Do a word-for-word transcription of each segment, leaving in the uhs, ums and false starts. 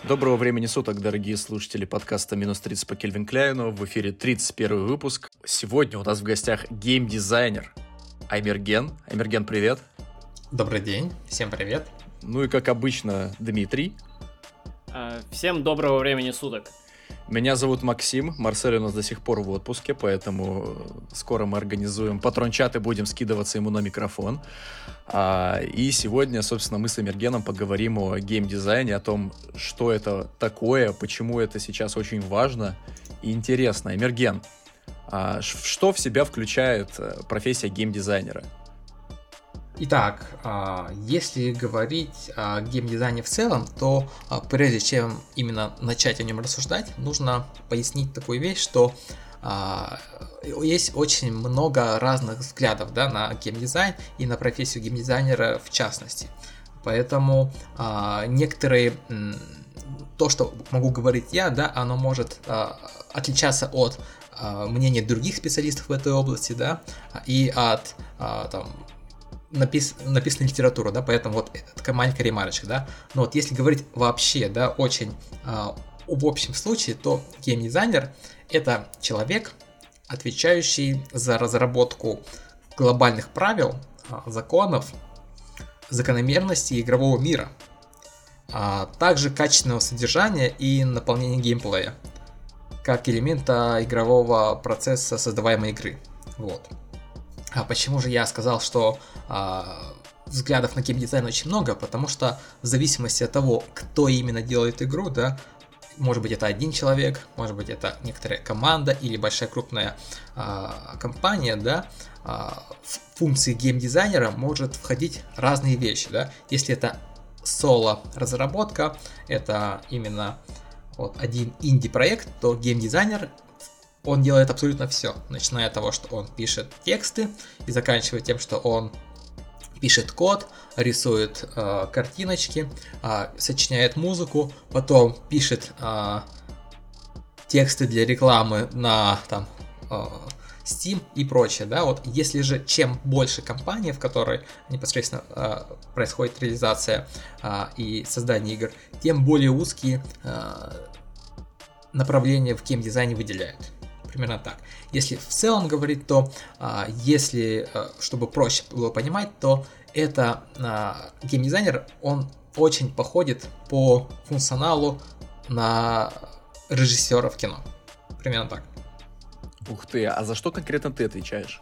Доброго времени суток, дорогие слушатели подкаста «Минус тридцать по Кельвин Кляйну». В эфире тридцать первый выпуск. Сегодня у нас в гостях геймдизайнер Аймерген. Аймерген, привет. Добрый день, всем привет. Ну и как обычно, Дмитрий. Всем доброго времени суток. Меня зовут Максим, Марсель у нас до сих пор в отпуске, поэтому скоро мы организуем патрон-чат и будем скидываться ему на микрофон. А, и сегодня, собственно, мы с Аймергеном поговорим о геймдизайне, о том, что это такое, почему это сейчас очень важно и интересно. Аймерген, а, что в себя включает профессия геймдизайнера? Итак, если говорить о геймдизайне в целом, то прежде чем именно начать о нем рассуждать, нужно пояснить такую вещь, что есть очень много разных взглядов, да, на геймдизайн и на профессию геймдизайнера в частности. Поэтому некоторые, то, что могу говорить я, да, оно может отличаться от мнения других специалистов в этой области, да, и от там, Напис, написана литература, да, поэтому вот такая маленькая ремарочка, да, но вот если говорить вообще, да, очень а, в общем случае, то геймдизайнер — это человек, отвечающий за разработку глобальных правил, а, законов, закономерностей игрового мира, а также качественного содержания и наполнения геймплея, как элемента игрового процесса создаваемой игры, вот. А почему же я сказал, что а, взглядов на геймдизайн очень много? Потому что в зависимости от того, кто именно делает игру, да, может быть это один человек, может быть это некоторая команда или большая крупная а, компания, да, а, в функции геймдизайнера может входить разные вещи, да. Если это соло-разработка, это именно вот один инди-проект, то геймдизайнер он делает абсолютно все, начиная от того, что он пишет тексты и заканчивая тем, что он пишет код, рисует э, картиночки, э, сочиняет музыку, потом пишет э, тексты для рекламы на там, э, Steam и прочее, да, вот если же чем больше компания, в которой непосредственно э, происходит реализация э, и создание игр, тем более узкие э, направления в геймдизайне выделяют. Примерно так. Если в целом говорить, то а, если, а, чтобы проще было понимать, то это а, геймдизайнер, он очень походит по функционалу на режиссера в кино. Примерно так. Ух ты, а за что конкретно ты отвечаешь?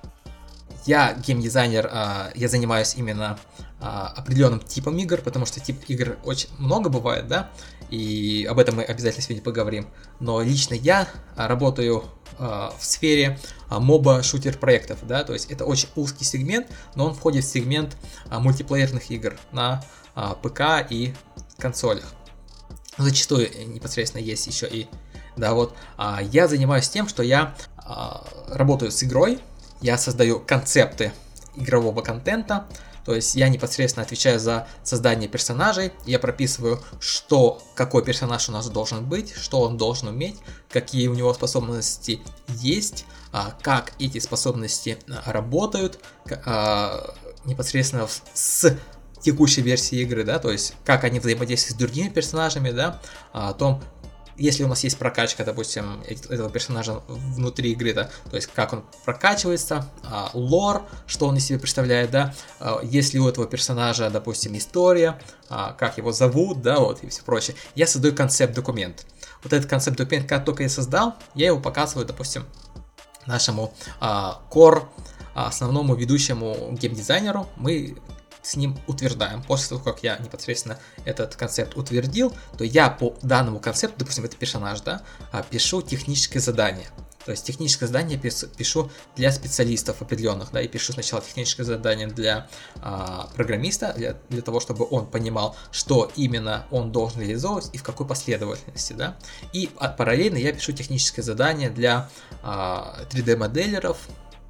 Я геймдизайнер, а, я занимаюсь именно а, определенным типом игр, потому что тип игр очень много бывает, да, и об этом мы обязательно сегодня поговорим. Но лично я работаю а, в сфере а, моба-шутер проектов, да, то есть это очень узкий сегмент, но он входит в сегмент а, мультиплеерных игр на а, ПК и консолях. Зачастую непосредственно есть еще и, да, вот, а, я занимаюсь тем, что я а, работаю с игрой. Я создаю концепты игрового контента, то есть я непосредственно отвечаю за создание персонажей, я прописываю, что, какой персонаж у нас должен быть, что он должен уметь, какие у него способности есть, как эти способности работают непосредственно с текущей версией игры, да, то есть как они взаимодействуют с другими персонажами, да, о том, если у нас есть прокачка, допустим, этого персонажа внутри игры, да, то есть как он прокачивается, а, лор, что он из себя представляет, да, а, если у этого персонажа, допустим, история, а, как его зовут, да, вот и все прочее. Я создаю концепт-документ. Вот этот концепт-документ, как только я создал, я его показываю, допустим, нашему а, core, основному ведущему геймдизайнеру. Мы с ним утверждаем. После того, как я непосредственно этот концепт утвердил, то я по данному концепту, допустим, это персонаж, да, пишу техническое задание. То есть техническое задание пишу для специалистов определенных, да, и пишу сначала техническое задание для а, программиста, для, для того, чтобы он понимал, что именно он должен реализовывать и в какой последовательности, да. И а, параллельно я пишу техническое задание для а, три дэ-моделеров,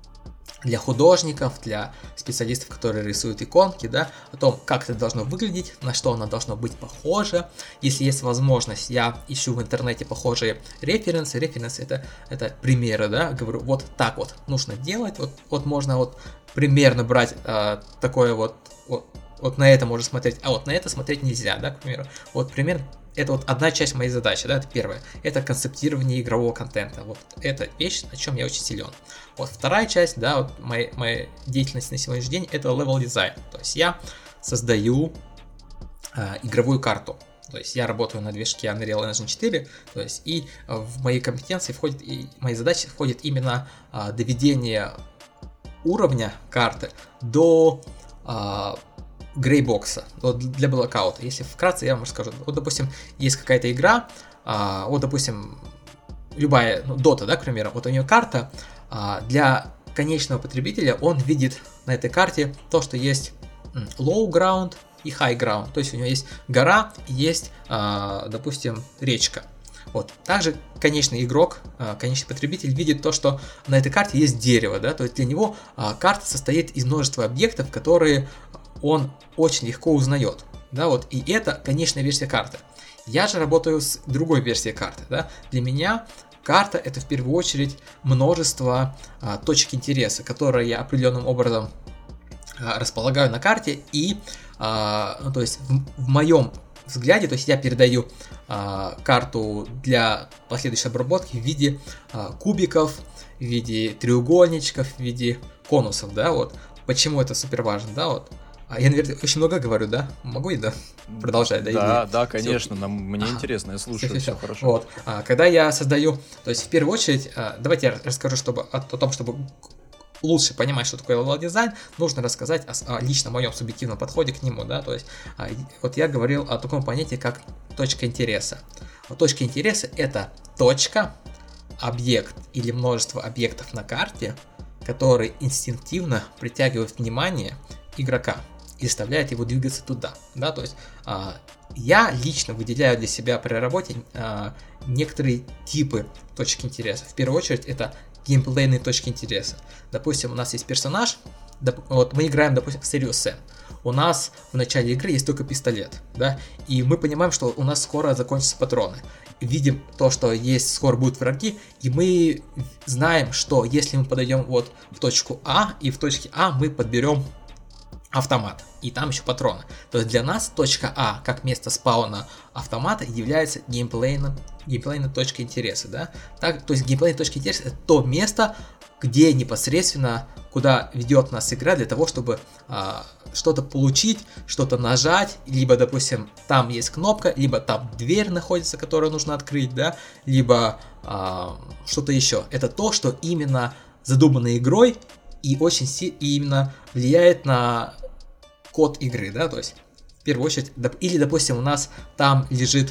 для художников, для специалистов, которые рисуют иконки, да, о том, как это должно выглядеть, на что оно должно быть похоже. Если есть возможность, я ищу в интернете похожие референсы. Референсы это, это примеры, да, говорю, вот так вот нужно делать, вот, вот можно вот примерно брать э, такое вот, вот, вот на это можно смотреть, а вот на это смотреть нельзя, да, к примеру. Вот пример это вот одна часть моей задачи, да, это первое. Это концептирование игрового контента. Вот это вещь, на чем я очень силен. Вот вторая часть, да, вот моей, моей деятельности на сегодняшний день, это level дизайн. То есть я создаю э, игровую карту. То есть я работаю на движке Unreal Engine четыре, то есть и в мои компетенции входит, и в мои задачи входит именно э, доведение уровня карты до э, грейбокса, для блокаута. Если вкратце, я вам расскажу. Вот, допустим, есть какая-то игра, а, вот, допустим, любая, ну, Dota, да, к примеру, вот у нее карта, а, для конечного потребителя он видит на этой карте то, что есть low ground и high ground, то есть у него есть гора и есть, а, допустим, речка. Вот. Также конечный игрок, конечный потребитель видит то, что на этой карте есть дерево, да, то есть для него а, карта состоит из множества объектов, которые он очень легко узнает, да, вот, и это конечная версия карты. Я же работаю с другой версией карты, да, для меня карта это в первую очередь множество а, точек интереса, которые я определенным образом а, располагаю на карте, и, а, ну, то есть в, в моем взгляде, то есть я передаю а, карту для последующей обработки в виде а, кубиков, в виде треугольничков, в виде конусов, да, вот, почему это супер важно, да, вот. А я, наверное, очень много говорю, да? Могу и да? Продолжать, да? Да, или... да, конечно, нам, мне а, интересно, я слушаю, все, все, все хорошо. Вот, а, когда я создаю, то есть в первую очередь, а, давайте я расскажу, чтобы, о, о том, чтобы лучше понимать, что такое level дизайн, нужно рассказать о, о лично моем субъективном подходе к нему, да, то есть а, вот я говорил о таком понятии, как точка интереса. Вот точка интереса это точка, объект или множество объектов на карте, которые инстинктивно притягивают внимание игрока и заставляет его двигаться туда, да, то есть а, я лично выделяю для себя при работе а, некоторые типы точек интереса. В первую очередь это геймплейные точки интереса. Допустим, у нас есть персонаж, доп, вот мы играем, допустим, в Serious Sam. У нас в начале игры есть только пистолет, да, и мы понимаем, что у нас скоро закончатся патроны. Видим то, что есть, скоро будут враги, и мы знаем, что если мы подойдем вот в точку А, и в точке А мы подберем автомат, и там еще патроны. То есть для нас точка А, как место спауна автомата, является геймплейным, геймплейной точкой интереса, да? Так, то есть геймплейная точка интереса это то место, где непосредственно, куда ведет нас игра для того, чтобы а, что-то получить, что-то нажать, либо, допустим, там есть кнопка, либо там дверь находится, которую нужно открыть, да, либо а, что-то еще. Это то, что именно задумано игрой, и очень сильно именно влияет на код игры, да, то есть в первую очередь, или, допустим, у нас там лежит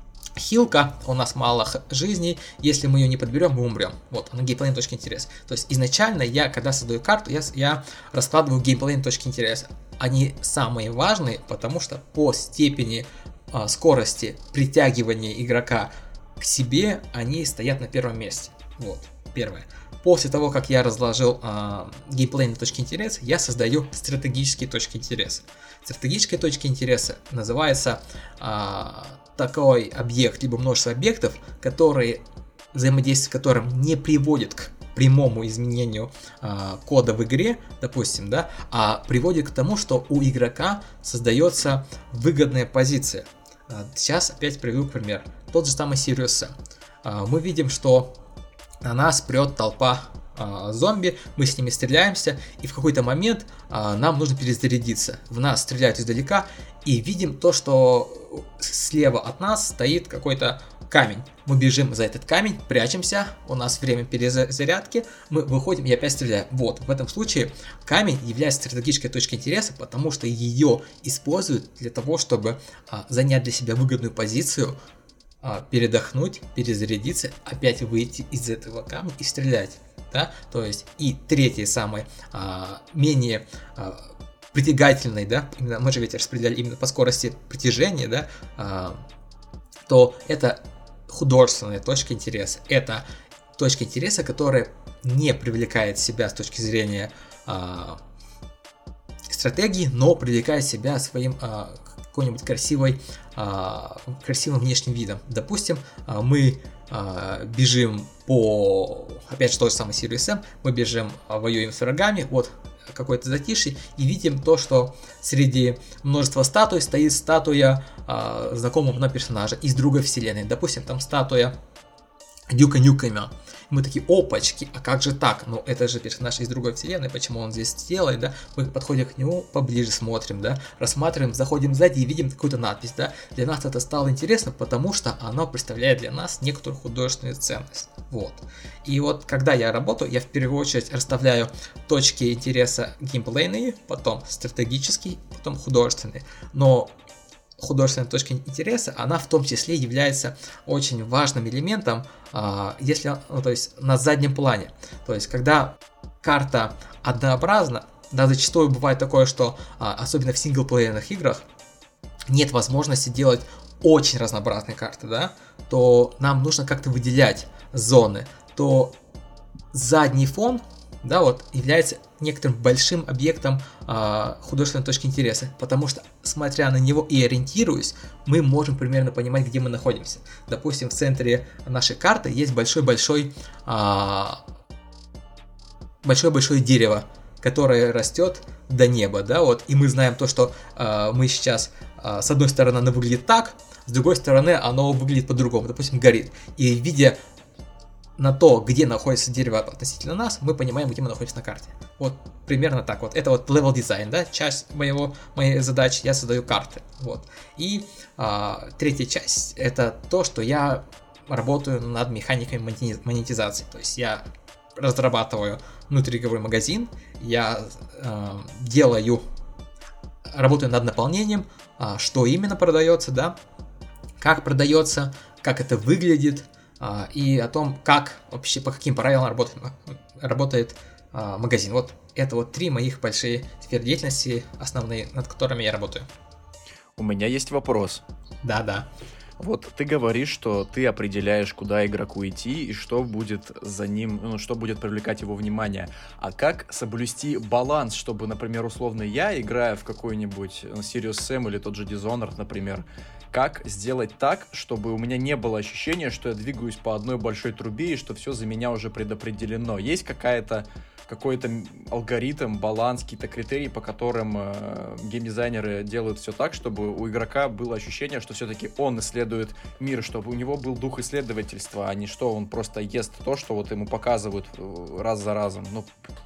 хилка, у нас мало жизней, если мы ее не подберем, мы умрем. Вот, она геймплейная точка интереса. То есть изначально я, когда создаю карту, я, я раскладываю геймплейные точки интереса. Они самые важные, потому что по степени а, скорости притягивания игрока к себе, они стоят на первом месте. Вот, первое. После того, как я разложил э, геймплейные точки интереса, я создаю стратегические точки интереса. Стратегические точки интереса называется э, такой объект, либо множество объектов, которые, взаимодействие с которым не приводит к прямому изменению э, кода в игре, допустим, да, а приводит к тому, что у игрока создается выгодная позиция. Э, сейчас опять приведу пример. Тот же самый Serious Sam. Э, мы видим, что на нас прет толпа э, зомби, мы с ними стреляемся, и в какой-то момент э, нам нужно перезарядиться. В нас стреляют издалека, и видим то, что слева от нас стоит какой-то камень. Мы бежим за этот камень, прячемся, у нас время перезарядки, мы выходим и опять стреляем. Вот, в этом случае камень является стратегической точкой интереса, потому что ее используют для того, чтобы э, занять для себя выгодную позицию, передохнуть, перезарядиться, опять выйти из этого камня и стрелять, да, то есть и третий самый а, менее а, притягательный, да, именно мы же ведь распределяли именно по скорости притяжения, да, а, то это художественная точка интереса, это точка интереса, которая не привлекает себя с точки зрения а, стратегии, но привлекает себя своим а, какой-нибудь красивой, а, красивым внешним видом. Допустим, а, мы а, бежим по, опять же, тот же самый Serious Sam, мы бежим, а, воюем с врагами, вот какое-то затишье и видим то, что среди множества статуй стоит статуя э, знакомого нам персонажа из другой вселенной. Допустим, там статуя Дюка Нюкема. Мы такие, опачки, а как же так? Ну, это же персонаж из другой вселенной, почему он здесь делает, да? Мы подходим к нему, поближе смотрим, да? Рассматриваем, заходим сзади и видим какую-то надпись, да? Для нас это стало интересно, потому что оно представляет для нас некоторую художественную ценность. Вот. И вот, когда я работаю, я в первую очередь расставляю точки интереса геймплейные, потом стратегические, потом художественные. Но художественная точка интереса, она в том числе является очень важным элементом, а, если, ну, то есть на заднем плане. То есть, когда карта однообразна, да, зачастую бывает такое, что, а, особенно в синглплеерных играх, нет возможности делать очень разнообразные карты, да, то нам нужно как-то выделять зоны, то задний фон, да, вот, является некоторым большим объектом э, художественной точки интереса, потому что, смотря на него и ориентируясь, мы можем примерно понимать, где мы находимся. Допустим, в центре нашей карты есть большой-большой э, большое-большое дерево, которое растет до неба, да, вот, и мы знаем то, что э, мы сейчас, э, с одной стороны, оно выглядит так, с другой стороны, оно выглядит по-другому, допустим, горит, и видя на то, где находится дерево относительно нас, мы понимаем, где мы находимся на карте. Вот примерно так вот. Это вот level design, да, часть моего, моей задачи, я создаю карты. Вот. И а, третья часть, это то, что я работаю над механикой монетизации. То есть я разрабатываю внутриигровой магазин, я а, делаю, работаю над наполнением, а, что именно продается, да, как продается, как это выглядит, и о том, как вообще, по каким правилам работает, работает а, магазин. Вот это вот три моих большие сферы деятельности, основные, над которыми я работаю. У меня есть вопрос. Да-да. Вот ты говоришь, что ты определяешь, куда игроку идти и что будет за ним, ну, что будет привлекать его внимание. А как соблюсти баланс, чтобы, например, условно я, играя в какой-нибудь Serious Sam или тот же Dishonored, например, как сделать так, чтобы у меня не было ощущения, что я двигаюсь по одной большой трубе и что все за меня уже предопределено? Есть какая-то, какой-то алгоритм, баланс, какие-то критерии, по которым э, геймдизайнеры делают все так, чтобы у игрока было ощущение, что все-таки он исследует мир, чтобы у него был дух исследовательства, а не что он просто ест то, что вот ему показывают раз за разом, ну,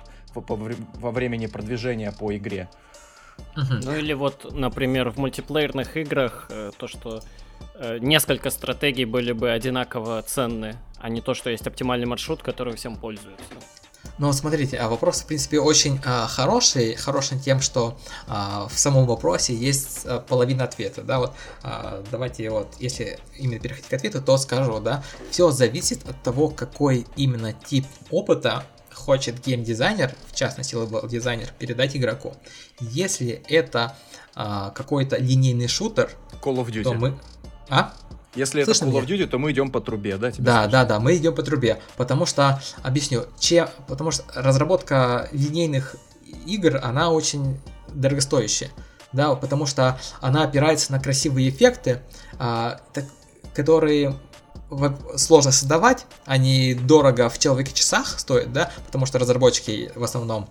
во времени продвижения по игре. Uh-huh. Ну или вот, например, в мультиплеерных играх э, то, что э, несколько стратегий были бы одинаково ценны, а не то, что есть оптимальный маршрут, который всем пользуется. Ну, смотрите, а вопрос, в принципе, очень а, хороший, хороший тем, что а, в самом вопросе есть а, половина ответа, да, вот, а, давайте вот, если именно переходить к ответу, то скажу, да, все зависит от того, какой именно тип опыта хочет геймдизайнер, в частности, левел-дизайнер, передать игроку. Если это а, какой-то линейный шутер, Call of Duty. то мы... А? Если Слышно это Call of Duty, то мы идем по трубе, да? Тебе да, слышно? да, да, мы идем по трубе, потому что, объясню, че, потому что разработка линейных игр, она очень дорогостоящая, да, потому что она опирается на красивые эффекты, а, так, которые сложно создавать, они дорого в человеке-часах стоят, да, потому что разработчики в основном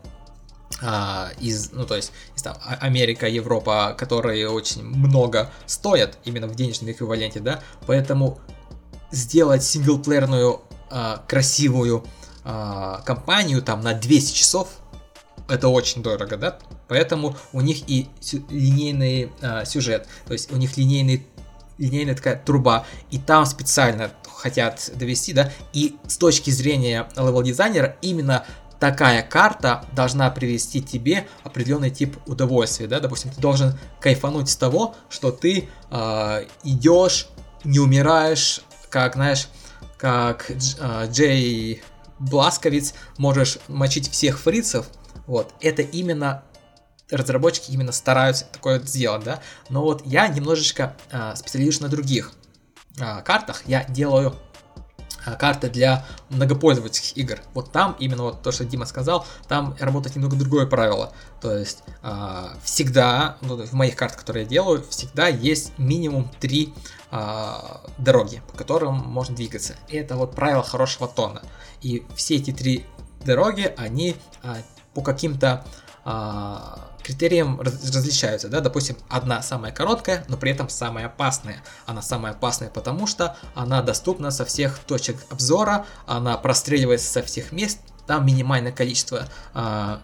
а, из, ну то есть из там Америка, Европа, которые очень много стоят именно в денежном эквиваленте, да, поэтому сделать синглплеерную а, красивую а, кампанию там на двести часов это очень дорого, да, поэтому у них и сю- линейный а, сюжет, то есть у них линейный линейная такая труба, и там специально хотят довести, да, и с точки зрения левел-дизайнера именно такая карта должна привести тебе определенный тип удовольствия, да, допустим, ты должен кайфануть с того, что ты э, идешь, не умираешь, как, знаешь, как э, Джей Бласковиц, можешь мочить всех фрицев, вот, это именно разработчики именно стараются такое сделать, да, но вот я немножечко э, специализируюсь на других э, картах, я делаю э, карты для многопользовательских игр, вот там именно вот то, что Дима сказал, там работает немного другое правило, то есть э, всегда, ну, в моих картах, которые я делаю, всегда есть минимум три э, дороги, по которым можно двигаться, и это вот правило хорошего тона, и все эти три дороги, они э, по каким-то а, критериям раз, различаются, да, допустим, одна самая короткая, но при этом самая опасная. Она самая опасная, потому что она доступна со всех точек обзора, она простреливается со всех мест, там минимальное количество а,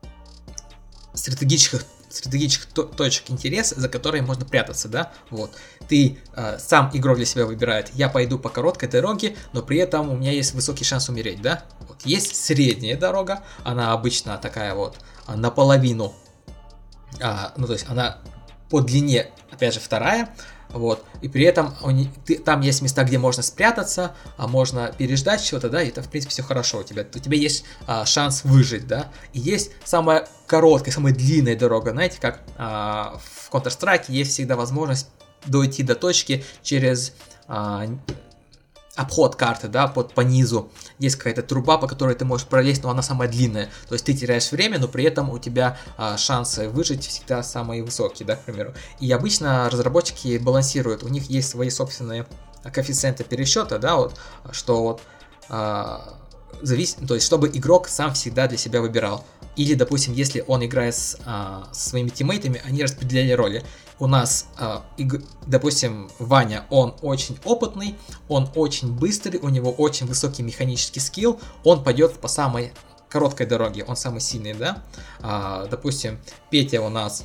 стратегических стратегических точек интереса, за которые можно прятаться, да, вот. Ты, э, сам игрок для себя выбирает, я пойду по короткой дороге, но при этом у меня есть высокий шанс умереть, да. Вот. Есть средняя дорога, она обычно такая вот, наполовину, а, ну, то есть она по длине, опять же, вторая, вот, и при этом ты, там есть места, где можно спрятаться, а можно переждать чего-то, да, и это, в принципе, все хорошо у тебя, у тебя есть а, шанс выжить, да, и есть самая короткая, самая длинная дорога, знаете, как а, в Counter-Strike есть всегда возможность дойти до точки через а, обход карты, да, под, по низу, есть какая-то труба, по которой ты можешь пролезть, но она самая длинная, то есть ты теряешь время, но при этом у тебя а, шансы выжить всегда самые высокие, да, к примеру, и обычно разработчики балансируют, у них есть свои собственные коэффициенты пересчета, да, вот, что вот а, зависит, то есть чтобы игрок сам всегда для себя выбирал, или, допустим, если он играет с а, своими тиммейтами, они распределяли роли. У нас, э, иг... допустим, Ваня, он очень опытный, он очень быстрый, у него очень высокий механический скилл, он пойдет по самой короткой дороге, он самый сильный, да. А, допустим, Петя у нас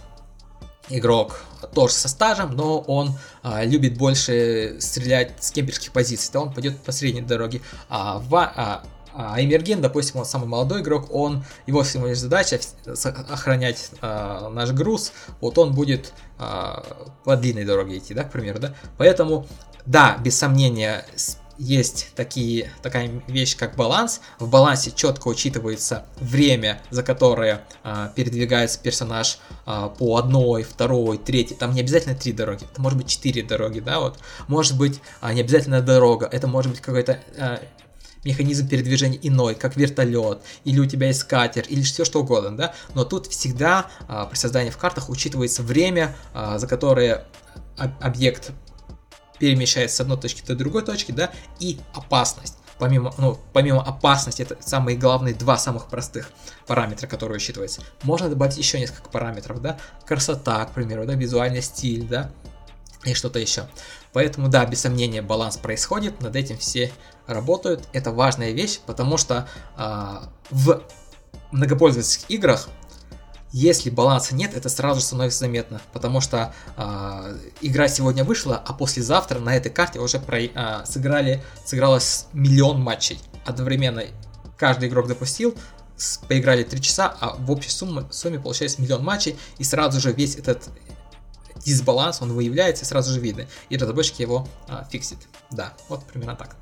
игрок тоже со стажем, но он а, любит больше стрелять с кемперских позиций, да, он пойдет по средней дороге. А, Ва... а, А Эмерген, допустим, он самый молодой игрок, он, его всего лишь задача охранять э, наш груз, вот он будет э, по длинной дороге идти, да, к примеру, да, поэтому, да, без сомнения, есть такие, такая вещь, как баланс, в балансе четко учитывается время, за которое э, передвигается персонаж э, по одной, второй, третьей, там не обязательно три дороги, это может быть четыре дороги, да, вот, может быть э, не обязательно дорога, это может быть какой-то э, механизм передвижения иной, как вертолет, или у тебя есть катер, или все что угодно, да, но тут всегда а, при создании в картах учитывается время, а, за которое объект перемещается с одной точки до другой точки, да, и опасность. Помимо, ну, помимо опасности, это самые главные два самых простых параметра, которые учитываются. Можно добавить еще несколько параметров, да, красота, к примеру, да, визуальный стиль, да, и что-то еще. Поэтому, да, без сомнения, баланс происходит, над этим все работают. Это важная вещь, потому что э, в многопользовательских играх, если баланса нет, это сразу же становится заметно, потому что э, игра сегодня вышла, а послезавтра на этой карте уже про, э, сыграли, сыгралось миллион матчей. Одновременно каждый игрок допустил, поиграли три часа, а в общей сумме, сумме получается миллион матчей, и сразу же весь этот дисбаланс, он выявляется, сразу же видно, и разработчики его а, фиксит. Да, вот примерно так.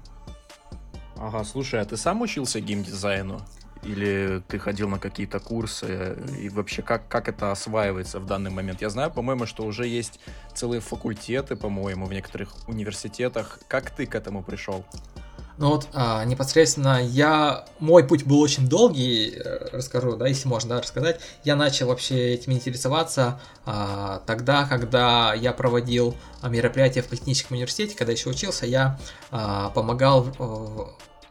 Ага, слушай, а ты сам учился геймдизайну? Или ты ходил на какие-то курсы? И вообще, как, как это осваивается в данный момент? Я знаю, по-моему, что уже есть целые факультеты, по-моему, в некоторых университетах. Как ты к этому пришел? Ну вот, а, непосредственно я... Мой путь был очень долгий, расскажу, да, если можно, да, рассказать. Я начал вообще этим интересоваться а, тогда, когда я проводил мероприятия в Политехническом университете, когда еще учился, я а, помогал в,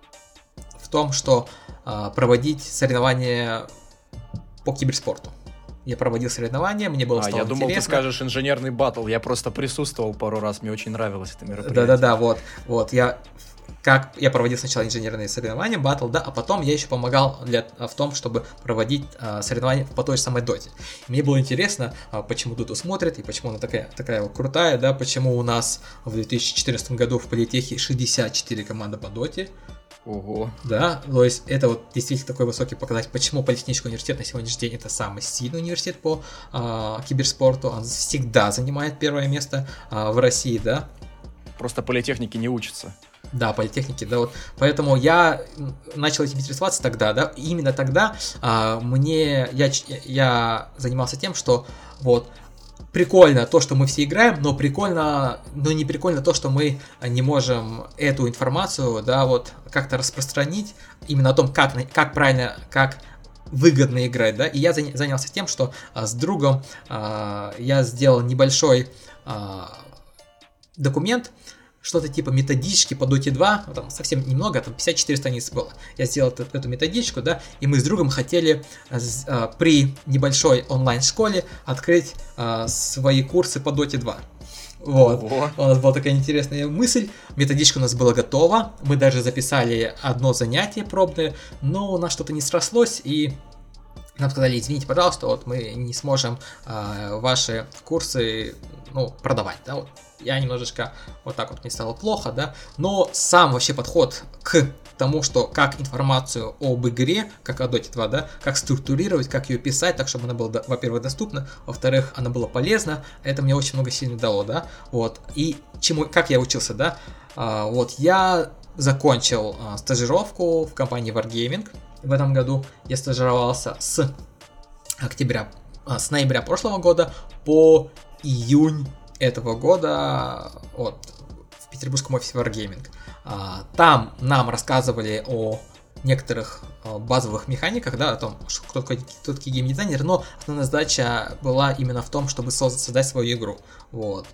в том, что а, проводить соревнования по киберспорту. Я проводил соревнования, мне было а, стало я думал, интересно. ты скажешь инженерный баттл, я просто присутствовал пару раз, мне очень нравилось это мероприятие. Да-да-да, вот, вот, я... Как я проводил сначала инженерные соревнования, батл, да, а потом я еще помогал для, в том, чтобы проводить а, соревнования по той же самой доте. Мне было интересно, а, почему доту смотрят, и почему она такая, такая вот крутая, да, почему у нас в две тысячи четырнадцатом году в Политехе шестьдесят четыре команды по доте. Ого. Да, то есть это вот действительно такой высокий показатель, почему Политехнический университет на сегодняшний день это самый сильный университет по а, киберспорту, он всегда занимает первое место а, в России, да. Просто политехники не учатся. Да, политехники, да, вот. Поэтому я начал этим интересоваться тогда, да, и именно тогда а, мне, я, я занимался тем, что вот, прикольно то, что мы все играем, но прикольно, но не прикольно то, что мы не можем эту информацию, да, вот, как-то распространить, именно о том, как, как правильно, как выгодно играть, да, и я занялся тем, что а, с другом а, я сделал небольшой а, документ, что-то типа методички по Доте два, там совсем немного, там пятьдесят четыре страницы было. Я сделал эту, эту методичку, да, и мы с другом хотели а, при небольшой онлайн-школе открыть а, свои курсы по Доте два. Вот. Ого. У нас была такая интересная мысль. Методичка у нас была готова. Мы даже записали одно занятие пробное, но у нас что-то не срослось, и нам сказали: извините, пожалуйста, вот мы не сможем э, ваши курсы, ну, продавать, да, вот. Я немножечко вот так вот, мне стало плохо, да, но сам вообще подход к тому, что как информацию об игре, как о Доте два, да, как структурировать, как ее писать, так, чтобы она была, во-первых, доступна, во-вторых, она была полезна, это мне очень много сильно дало, да, вот, и чему, как я учился, да, а, вот, я закончил а, стажировку в компании Wargaming в этом году, я стажировался с октября, а, с ноября прошлого года по июнь этого года, вот, в петербургском офисе Wargaming. Там нам рассказывали о некоторых базовых механиках, да, о том, что кто такой, кто такой геймдизайнер, но основная задача была именно в том, чтобы создать свою игру. Вот.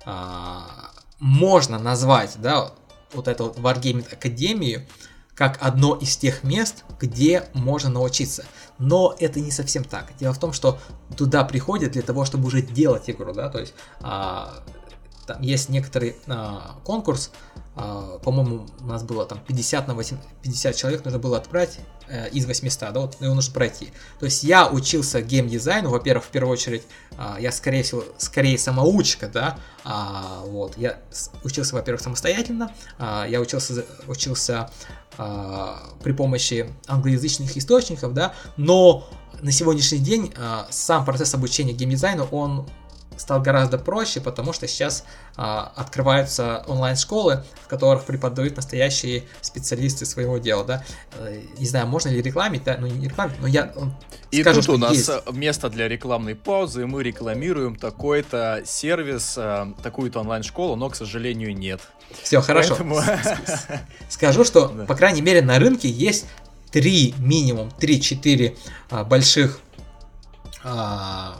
Можно назвать, да, вот эту вот Wargaming Академию как одно из тех мест, где можно научиться. Но это не совсем так. Дело в том, что туда приходят для того, чтобы уже делать игру, да, то есть а, там есть некоторый а, конкурс, а, по-моему, у нас было там пятьдесят на восемьдесят, пятьдесят человек нужно было отправить э, из восьмисот, да, вот, его нужно пройти. То есть я учился геймдизайну, во-первых, в первую очередь, а, я скорее всего, скорее самоучка, да, а, вот, я учился, во-первых, самостоятельно, а, я учился, учился а, при помощи англоязычных источников, да, но на сегодняшний день а, сам процесс обучения геймдизайну, он стал гораздо проще, потому что сейчас а, открываются онлайн-школы, в которых преподают настоящие специалисты своего дела, да. Не знаю, можно ли рекламить, да, ну не рекламить, но я и скажу, тут у нас есть место для рекламной паузы, и мы рекламируем такой-то сервис, такую-то онлайн-школу, но, к сожалению, нет. Все, хорошо. Поэтому... Скажу, что, да. По крайней мере, на рынке есть три, минимум, три-четыре а, больших а,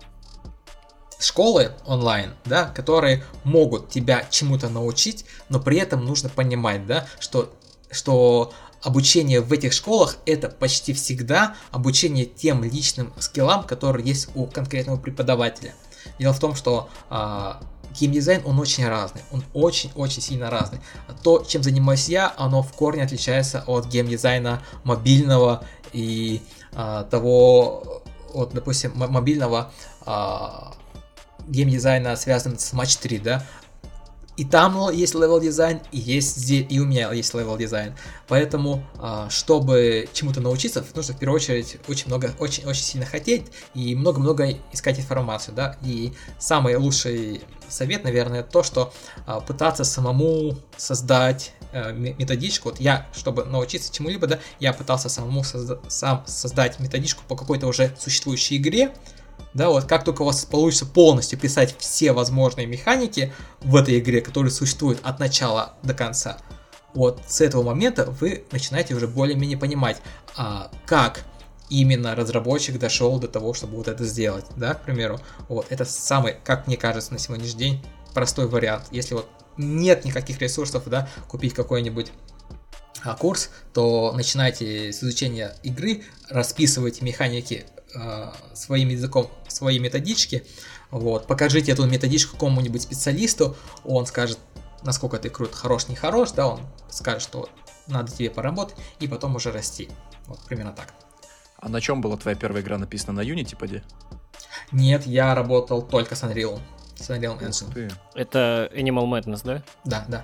школы онлайн, да, которые могут тебя чему-то научить, но при этом нужно понимать, да, что, что обучение в этих школах это почти всегда обучение тем личным скиллам, которые есть у конкретного преподавателя. Дело в том, что а, геймдизайн, он очень разный, он очень-очень сильно разный. То, чем занимаюсь я, оно в корне отличается от геймдизайна мобильного и а, того, вот, допустим, мобильного а, геймдизайна, связанного с матч три, да. И там есть левел дизайн, и есть здесь, и у меня есть левел дизайн. Поэтому, чтобы чему-то научиться, нужно в первую очередь очень много, очень-очень сильно хотеть и много-много искать информацию, да. И самый лучший совет, наверное, то, что пытаться самому создать методичку. Вот я, чтобы научиться чему-либо, да, я пытался самому созда- сам создать методичку по какой-то уже существующей игре. Да, вот как только у вас получится полностью писать все возможные механики в этой игре, которые существуют от начала до конца, вот с этого момента вы начинаете уже более-менее понимать, а, как именно разработчик дошел до того, чтобы вот это сделать, да, к примеру. Вот это самый, как мне кажется, на сегодняшний день простой вариант. Если вот нет никаких ресурсов, да, купить какой-нибудь а, курс, то начинайте с изучения игры, расписывайте механики своим языком, свои методички, вот, покажите эту методичку какому-нибудь специалисту, он скажет, насколько ты крут, хорош, не хорош, да, он скажет, что надо тебе поработать, и потом уже расти, вот, примерно так. А на чем была твоя первая игра написана, на Unity, поди? Нет, я работал только с Unreal, с Unreal Engine. Это Animal Madness, да? Да, да.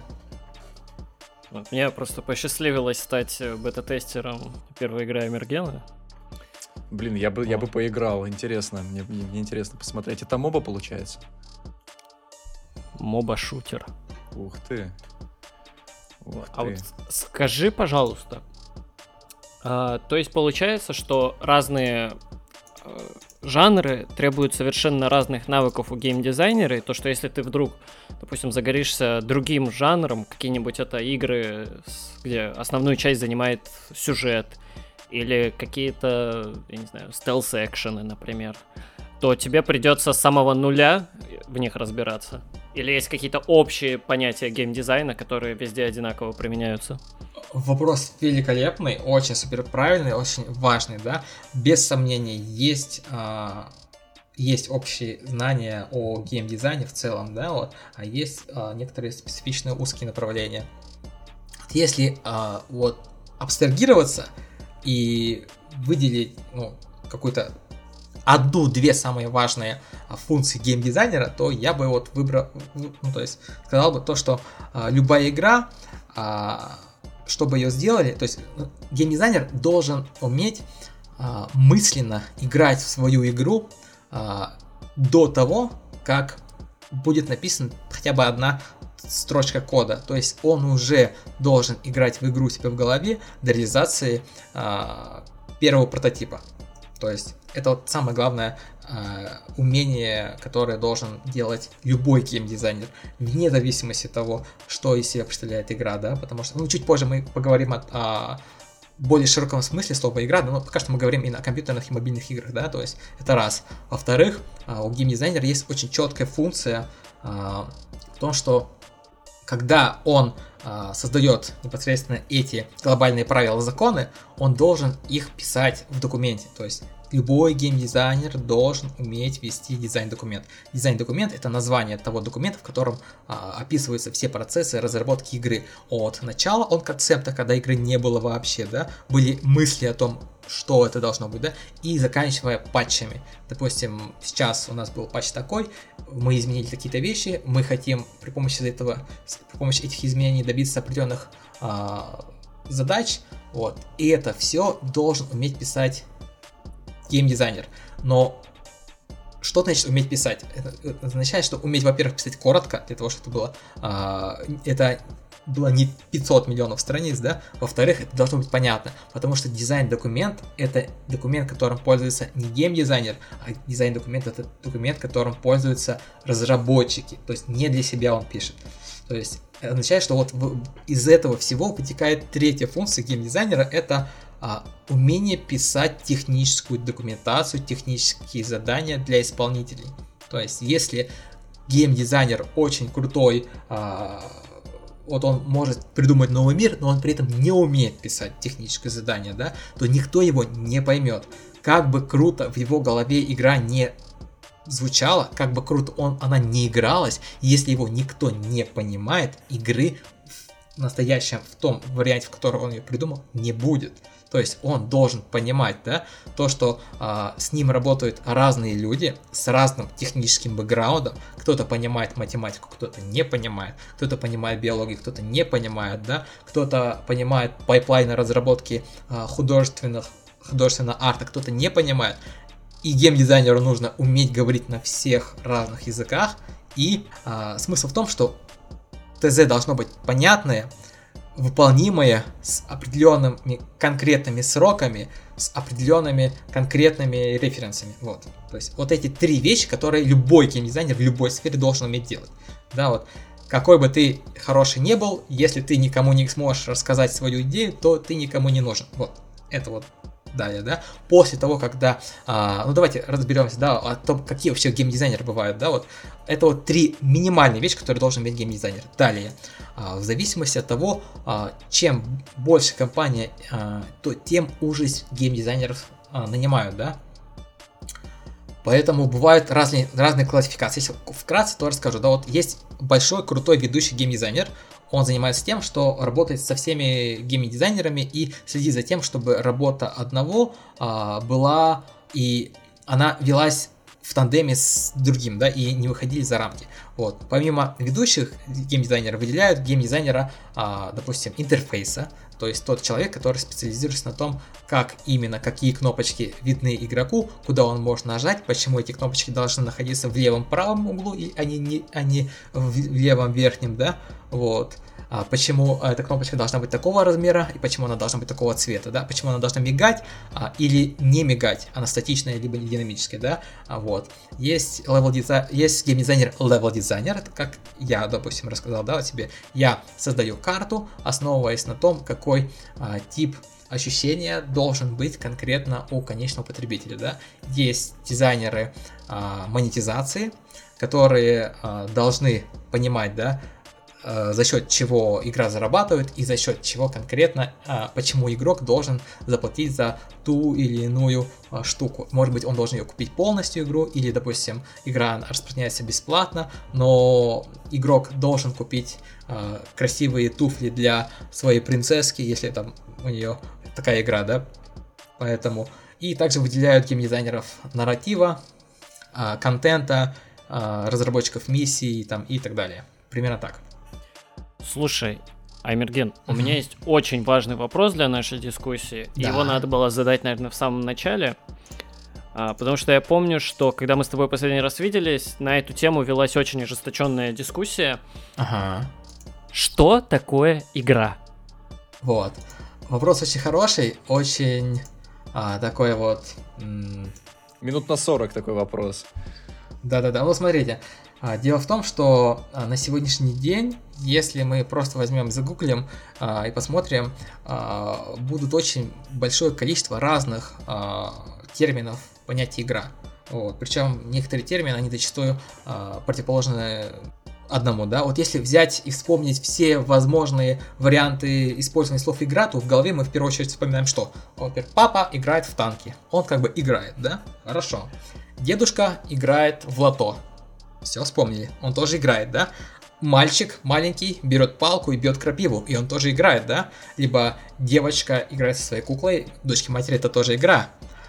Вот, мне просто посчастливилось стать бета-тестером первой игры Эмергена. Блин, я бы, я бы поиграл, интересно, мне, мне интересно посмотреть. Это моба получается? Моба-шутер. Ух ты. Ух а ты. Вот скажи, пожалуйста, а, то есть получается, что разные а, жанры требуют совершенно разных навыков у геймдизайнера, и то, что если ты вдруг, допустим, загоришься другим жанром, какие-нибудь это игры, где основную часть занимает сюжет, или какие-то, я не знаю, стелс-экшены, например, то тебе придется с самого нуля в них разбираться. Или есть какие-то общие понятия геймдизайна, которые везде одинаково применяются? Вопрос великолепный, очень супер правильный, очень важный, да. Без сомнений, есть, а, есть общие знания о геймдизайне в целом, да, вот, а есть а, некоторые специфичные узкие направления. Если а, вот абстрагироваться и выделить, ну, какую-то одну-две самые важные а, функции геймдизайнера, то я бы вот выбрал, ну, то есть сказал бы то, что а, любая игра, а, чтобы ее сделали, то есть геймдизайнер должен уметь а, мысленно играть в свою игру а, до того, как будет написана хотя бы одна строчка кода. То есть он уже должен играть в игру себе в голове до реализации а, первого прототипа. То есть это вот самое главное э, умение, которое должен делать любой геймдизайнер, вне зависимости от того, что из себя представляет игра, да, потому что, ну, чуть позже мы поговорим о, о более широком смысле слова игра, но пока что мы говорим именно о компьютерных и мобильных играх, да, то есть это раз. Во-вторых, э, у геймдизайнера есть очень четкая функция э, в том, что когда он э, создает непосредственно эти глобальные правила, законы, он должен их писать в документе. То есть любой геймдизайнер должен уметь вести дизайн-документ. Дизайн-документ — это название того документа, в котором а, описываются все процессы разработки игры. От начала, от концепта, когда игры не было вообще, да, были мысли о том, что это должно быть, да, и заканчивая патчами. Допустим, сейчас у нас был патч такой, мы изменили какие-то вещи, мы хотим при помощи этого, при помощи этих изменений добиться определенных а, задач, вот, и это все должен уметь писать геймдизайнер. Но что значит уметь писать? Это, это означает, что уметь, во-первых, писать коротко, для того, чтобы это было, а, это было не пятьсот миллионов страниц, да, во-вторых, это должно быть понятно, потому что дизайн-документ — это документ, которым пользуется не геймдизайнер, а дизайн-документ — это документ, которым пользуются разработчики, то есть не для себя он пишет. То есть это означает, что вот из этого всего вытекает третья функция геймдизайнера — это а, умение писать техническую документацию, технические задания для исполнителей. То есть если геймдизайнер очень крутой, а, вот он может придумать новый мир, но он при этом не умеет писать техническое задание, да, то никто его не поймет. Как бы круто в его голове игра не звучала, как бы круто он, она не игралась, если его никто не понимает, игры в настоящем, в том варианте, в котором он ее придумал, не будет. То есть он должен понимать, да, то, что а, с ним работают разные люди с разным техническим бэкграундом. Кто-то понимает математику, кто-то не понимает, кто-то понимает биологию, кто-то не понимает, да, кто-то понимает пайплайны разработки а, художественных, художественного арта, кто-то не понимает. И геймдизайнеру нужно уметь говорить на всех разных языках. И а, смысл в том, что ТЗ должно быть понятное, выполнимое, с определенными конкретными сроками, с определенными конкретными референсами. Вот. То есть вот эти три вещи, которые любой геймдизайнер в любой сфере должен уметь делать. Да, вот. Какой бы ты хороший не был, если ты никому не сможешь рассказать свою идею, то ты никому не нужен. Вот. Это вот далее, да. После того, когда... А, ну, давайте разберемся, да, о том, какие вообще геймдизайнеры бывают, да, вот. Это вот три минимальные вещи, которые должен иметь геймдизайнер. Далее, а, в зависимости от того, а, чем больше компания, а, то тем уже геймдизайнеров а, нанимают, да. Поэтому бывают разные, разные классификации. Если вкратце, то расскажу, да, вот есть большой, крутой ведущий геймдизайнер. Он занимается тем, что работает со всеми геймдизайнерами и следит за тем, чтобы работа одного а, была и она велась в тандеме с другим, да, и не выходили за рамки. Вот. Помимо ведущих геймдизайнеров выделяют геймдизайнера, а, допустим, интерфейса, то есть тот человек, который специализируется на том, как именно, какие кнопочки видны игроку, куда он может нажать, почему эти кнопочки должны находиться в левом правом углу, и они не, они в левом верхнем, да, вот. А почему эта кнопочка должна быть такого размера, и почему она должна быть такого цвета, да, почему она должна мигать а, или не мигать, она статичная либо динамическая, да, а, вот. Есть level дизайн, есть геймдизайнер level дизайнер, это как я, допустим, рассказал, да, о себе. Я создаю карту, основываясь на том, какой а, тип ощущения должен быть конкретно у конечного потребителя, да. Есть дизайнеры а, монетизации, которые а, должны понимать, да, а, за счет чего игра зарабатывает и за счет чего конкретно, а, почему игрок должен заплатить за ту или иную а, штуку. Может быть, он должен ее купить полностью игру, или, допустим, игра распространяется бесплатно, но игрок должен купить а, красивые туфли для своей принцесски, если там у нее такая игра, да. Поэтому и также выделяют геймдизайнеров нарратива, а, контента, а, разработчиков миссий там, и так далее. Примерно так. Слушай, Аймерген, uh-huh. у меня есть очень важный вопрос для нашей дискуссии. Да. Его надо было задать, наверное, в самом начале. А, потому что я помню, что когда мы с тобой последний раз виделись, на эту тему велась очень ожесточенная дискуссия. Ага. Что такое игра? Вот. Вопрос очень хороший, очень а, такой вот... М- Минут на сорок такой вопрос. Да-да-да, ну смотрите. А, дело в том, что а, на сегодняшний день, если мы просто возьмем, загуглим а, и посмотрим, а, будут очень большое количество разных а, терминов понятия игра. Вот. Причем некоторые термины, они зачастую а, противоположны одному, да. Вот если взять и вспомнить все возможные варианты использования слов игра, то в голове мы в первую очередь вспоминаем что? Например, папа играет в танки. Он как бы играет, да? Хорошо. Дедушка играет в лото. Все, вспомнили. Он тоже играет, да? Мальчик маленький берет палку и бьет крапиву, и он тоже играет, да? Либо девочка играет со своей куклой, дочки матери, это тоже игра.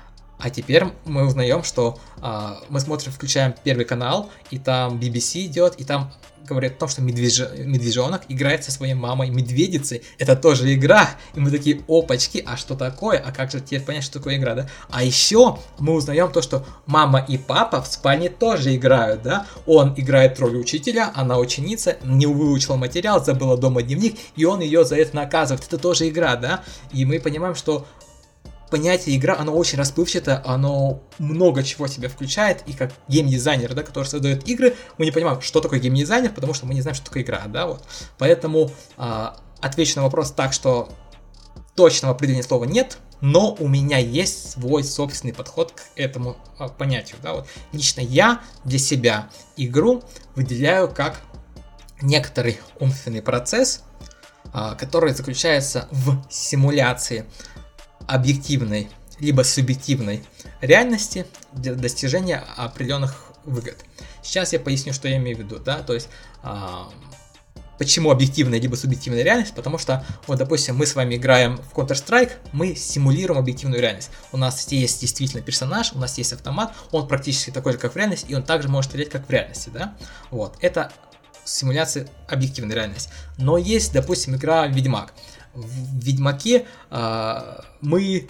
А теперь мы узнаем, что а, мы смотрим, включаем Первый канал, и там би би си идет, и там говорят о том, что медвеж... медвежонок играет со своей мамой медведицей. Это тоже игра. И мы такие, опачки, а что такое? А как же теперь понять, что такое игра, да? А еще мы узнаем то, что мама и папа в спальне тоже играют, да? Он играет роль учителя, она ученица, не выучила материал, забыла дома дневник, и он ее за это наказывает. Это тоже игра, да? И мы понимаем, что понятие игра, оно очень расплывчато, оно много чего в себя включает, и как геймдизайнер, да, который создает игры, мы не понимаем, что такое геймдизайнер, потому что мы не знаем, что такое игра, да, вот. Поэтому а, отвечу на вопрос так, что точного определения слова нет, но у меня есть свой собственный подход к этому а, понятию, да, вот. Лично я для себя игру выделяю как некоторый умственный процесс, а, который заключается в симуляции объективной либо субъективной реальности для достижения определенных выгод. Сейчас я поясню, что я имею в виду, да, то есть а, почему объективная либо субъективная реальность, потому что, вот, допустим, мы с вами играем в Counter-Strike, мы симулируем объективную реальность. У нас есть действительно персонаж, у нас есть автомат, он практически такой же, как в реальности, и он также может стрелять, как в реальности, да, вот, это симуляция объективной реальности. Но есть, допустим, игра Ведьмак. В Ведьмаке э, мы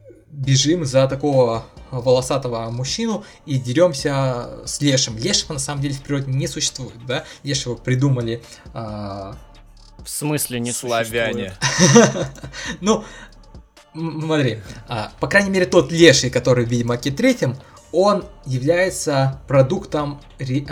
бежим за такого волосатого мужчину и деремся с Лешим. Лешего на самом деле в природе не существует, да? Лешего придумали... Э... В смысле не славяне? Ну, смотри, по крайней мере тот Леший, который в Ведьмаке третьем, он является продуктом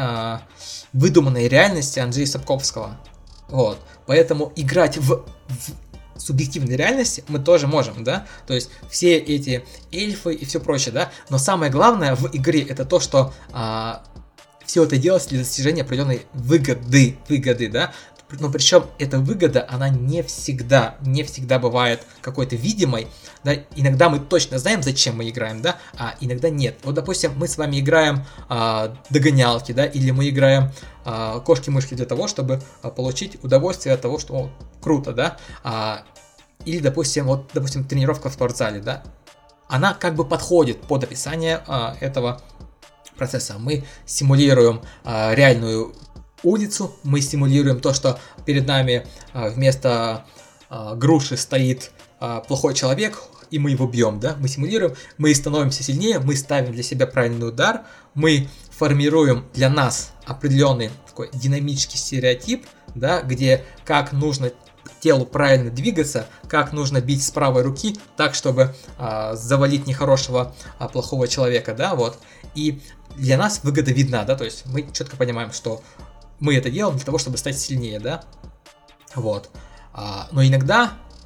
выдуманной реальности Анджея Сапковского. Вот, поэтому играть в, в субъективной реальности мы тоже можем, да, то есть все эти эльфы и все прочее, да, но самое главное в игре это то, что а, все это делается для достижения определенной выгоды, выгоды, да, но причем эта выгода, она не всегда, не всегда бывает какой-то видимой, да, иногда мы точно знаем, зачем мы играем, да, а иногда нет. Вот, допустим, мы с вами играем а, догонялки, да, или мы играем а, кошки-мышки для того, чтобы а, получить удовольствие от того, что о, круто, да, а, или, допустим, вот, допустим, тренировка в спортзале, да, она как бы подходит под описание а, этого процесса. Мы симулируем а, реальную улицу, мы симулируем то, что перед нами а, вместо а, груши стоит а, плохой человек, и мы его бьем, да, мы симулируем, мы становимся сильнее, мы ставим для себя правильный удар, мы формируем для нас определенный такой динамический стереотип, да, где как нужно телу правильно двигаться, как нужно бить с правой руки, так, чтобы а, завалить нехорошего, а, плохого человека, да, вот, и для нас выгода видна, да, то есть мы четко понимаем, что мы это делаем для того, чтобы стать сильнее, да, вот, а, но иногда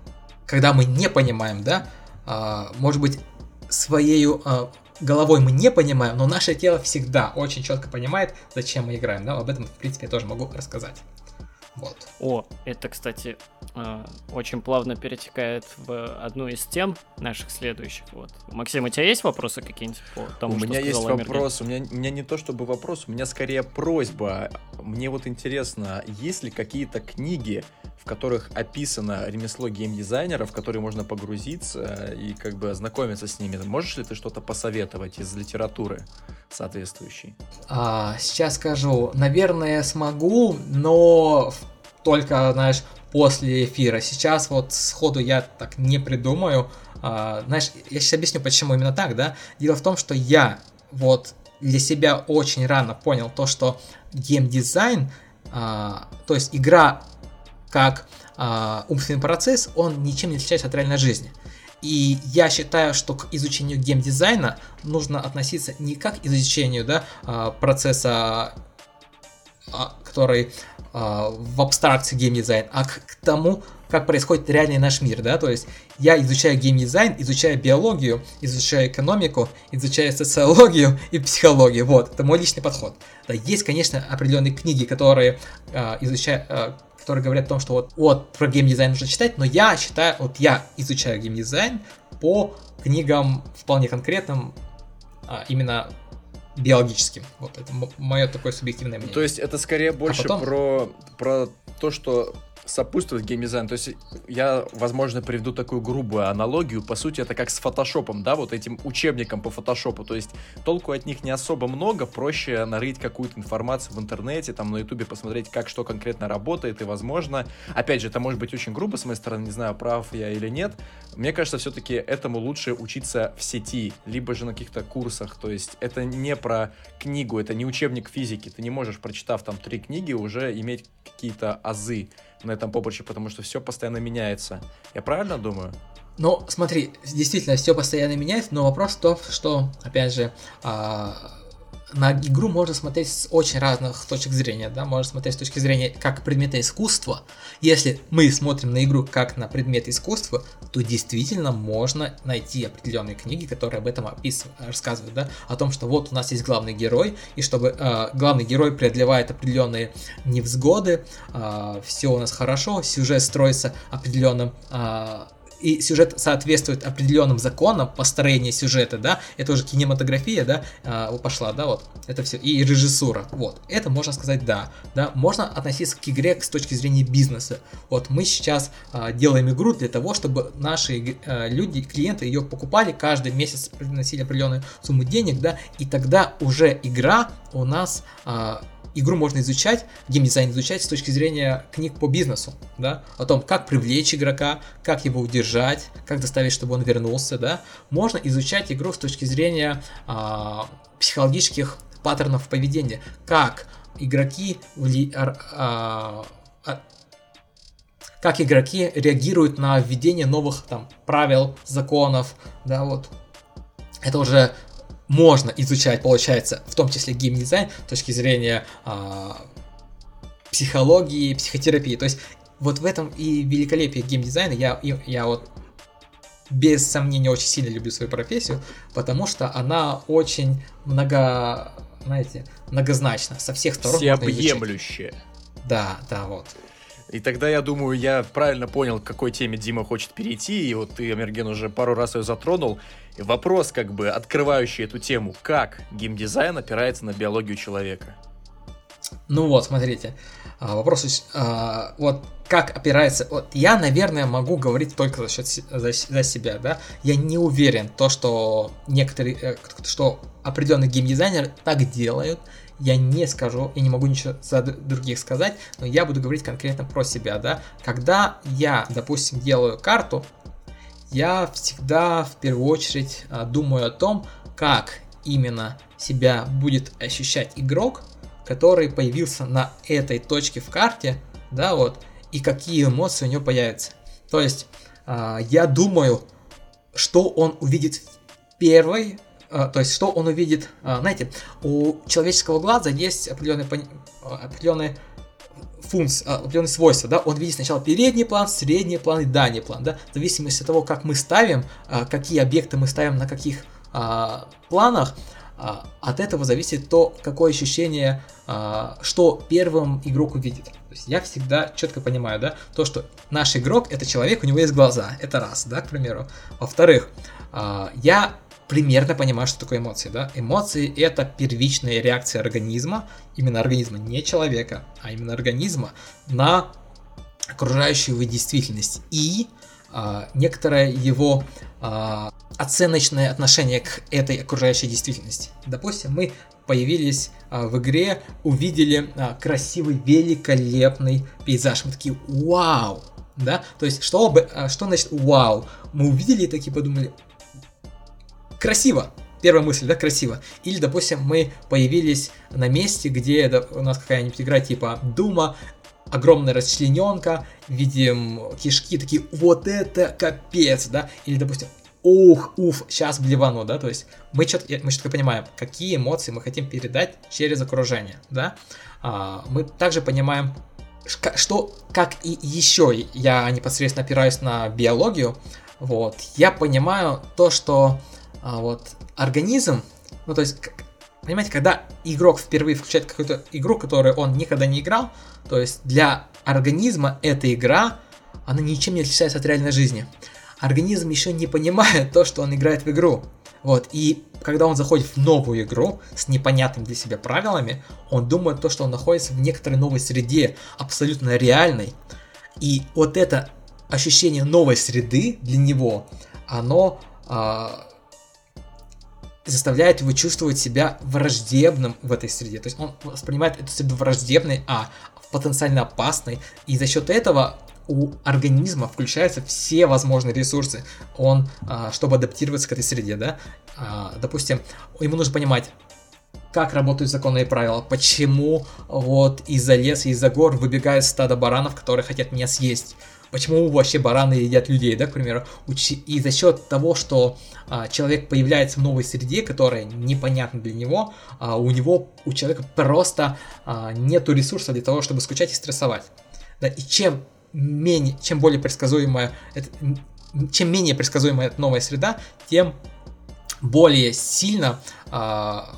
когда мы не понимаем, да, а, может быть, своей а, головой мы не понимаем, но наше тело всегда очень четко понимает, зачем мы играем, да, об этом, в принципе, я тоже могу рассказать. Вот. О, это, кстати, очень плавно перетекает в одну из тем наших следующих. Вот. Максим, у тебя есть вопросы какие-нибудь по тому, у что меня сказал есть Амирген? вопрос, у меня, у меня не то чтобы вопрос, у меня скорее просьба. Мне вот интересно, есть ли какие-то книги, в которых описано ремесло геймдизайнера, в которые можно погрузиться и как бы ознакомиться с ними? Можешь ли ты что-то посоветовать из литературы соответствующей? А, сейчас скажу, наверное, смогу, но только, знаешь, после эфира. Сейчас вот сходу я так не придумаю. А, знаешь, я сейчас объясню, почему именно так, да? Дело в том, что я вот для себя очень рано понял то, что геймдизайн, а, то есть игра как а, умственный процесс, он ничем не отличается от реальной жизни. И я считаю, что к изучению геймдизайна нужно относиться не как к изучению, да, процесса, который в абстракции геймдизайн, а к тому, как происходит реальный наш мир, да, то есть я изучаю геймдизайн, изучаю биологию, изучаю экономику, изучаю социологию и психологию, вот, это мой личный подход. Да, есть, конечно, определенные книги, которые э, изучают, э, которые говорят о том, что вот, вот про геймдизайн нужно читать, но я считаю, вот я изучаю геймдизайн по книгам вполне конкретным, а, именно биологическим. Вот это мое такое субъективное мнение. То есть это скорее больше а потом... про, про то, что сопутствует геймдизайну. То есть я, возможно, приведу такую грубую аналогию. По сути, это как с фотошопом, да, вот этим учебником по фотошопу. То есть толку от них не особо много, проще нарыть какую-то информацию в интернете, там на ютубе посмотреть, как что конкретно работает, и, возможно, опять же, это может быть очень грубо с моей стороны, не знаю, прав я или нет. Мне кажется, все-таки этому лучше учиться в сети, либо же на каких-то курсах. То есть это не про книгу, это не учебник физики. Ты не можешь, прочитав там три книги, уже иметь какие-то азы на этом поприще, потому что все постоянно меняется. Я правильно думаю? Ну, смотри, действительно, все постоянно меняется, но вопрос в том, что, опять же, а, на игру можно смотреть с очень разных точек зрения, да, можно смотреть с точки зрения как предмета искусства. Если мы смотрим на игру как на предмет искусства, то действительно можно найти определенные книги, которые об этом описывают, рассказывают, да, о том, что вот у нас есть главный герой, и чтобы э, главный герой преодолевает определенные невзгоды, э, все у нас хорошо, сюжет строится определенным э, и сюжет соответствует определенным законам построения сюжета, да, это уже кинематография, да, э, пошла, да, вот, это все, и режиссура, вот, это можно сказать, да, да, можно относиться к игре с точки зрения бизнеса, вот, мы сейчас э, делаем игру для того, чтобы наши э, люди, клиенты ее покупали, каждый месяц приносили определенную сумму денег, да, и тогда уже игра у нас... Э, Игру можно изучать, геймдизайн изучать с точки зрения книг по бизнесу, да, о том, как привлечь игрока, как его удержать, как заставить, чтобы он вернулся, да. Можно изучать игру с точки зрения а, психологических паттернов поведения, как игроки вли... а, а, как игроки реагируют на введение новых там правил, законов, да, вот. Это уже можно изучать, получается, в том числе геймдизайн с точки зрения э, психологии, психотерапии. То есть вот в этом и великолепие геймдизайна. Я, я вот без сомнения очень сильно люблю свою профессию, потому что она очень много, знаете, многозначна, со всех сторон. Всеобъемлющая. Да, да, вот. И тогда, я думаю, я правильно понял, к какой теме Дима хочет перейти, и вот ты, Амирген, уже пару раз ее затронул. И вопрос, как бы, открывающий эту тему, как геймдизайн опирается на биологию человека? Ну вот, смотрите, вопрос, вот как опирается, вот я, наверное, могу говорить только за счет за, за себя, да, я не уверен, то, что некоторые, что определенные геймдизайнеры так делают. Я не скажу, я не могу ничего за других сказать, но я буду говорить конкретно про себя, да. Когда я, допустим, делаю карту, я всегда в первую очередь думаю о том, как именно себя будет ощущать игрок, который появился на этой точке в карте, да, вот, и какие эмоции у него появятся. То есть я думаю, что он увидит в первой. То есть, что он увидит, знаете, у человеческого глаза есть определенные, определенные функции, определенные свойства, да, он видит сначала передний план, средний план и дальний план, да, в зависимости от того, как мы ставим, какие объекты мы ставим на каких а, планах, а, от этого зависит то, какое ощущение, а, что первым игрок увидит. То есть я всегда четко понимаю, да, то, что наш игрок это человек, у него есть глаза, это раз, да, к примеру. Во-вторых, а, я примерно понимаю, что такое эмоции, да. Эмоции это первичная реакция организма, именно организма, не человека, а именно организма на окружающую его действительность и а, некоторое его а, оценочное отношение к этой окружающей действительности. Допустим, мы появились а, в игре, увидели а, красивый, великолепный пейзаж, мы такие вау, да, то есть что, бы, а, что значит вау, мы увидели и такие подумали красиво. Первая мысль, да, красиво. Или, допустим, мы появились на месте, где да, у нас какая-нибудь игра типа Дума, огромная расчлененка, видим кишки, такие, вот это капец, да. Или, допустим, ух, уф, сейчас блевану, да. То есть мы четко, мы четко понимаем, какие эмоции мы хотим передать через окружение, да. А, мы также понимаем, что, как и еще, я непосредственно опираюсь на биологию, вот, я понимаю то, что А вот организм, ну то есть, понимаете, когда игрок впервые включает какую-то игру, которую он никогда не играл, то есть для организма эта игра, она ничем не отличается от реальной жизни. Организм еще не понимает то, что он играет в игру. Вот, и когда он заходит в новую игру с непонятными для себя правилами, он думает то, что он находится в некоторой новой среде, абсолютно реальной. И вот это ощущение новой среды для него, оно а, заставляет его чувствовать себя враждебным в этой среде. То есть он воспринимает эту среду враждебной, а потенциально опасной. И за счет этого у организма включаются все возможные ресурсы, он, чтобы адаптироваться к этой среде, да. Допустим, ему нужно понимать, как работают законы и правила, почему вот из-за леса, из-за гор выбегает стадо баранов, которые хотят меня съесть. Почему вообще бараны едят людей, да, к примеру. И за счет того, что а, человек появляется в новой среде, которая непонятна для него, а, у него, у человека просто а, нету ресурсов для того, чтобы скучать и стрессовать. Да, и чем менее, чем более предсказуемая, это, чем менее предсказуемая эта новая среда, тем более сильно а,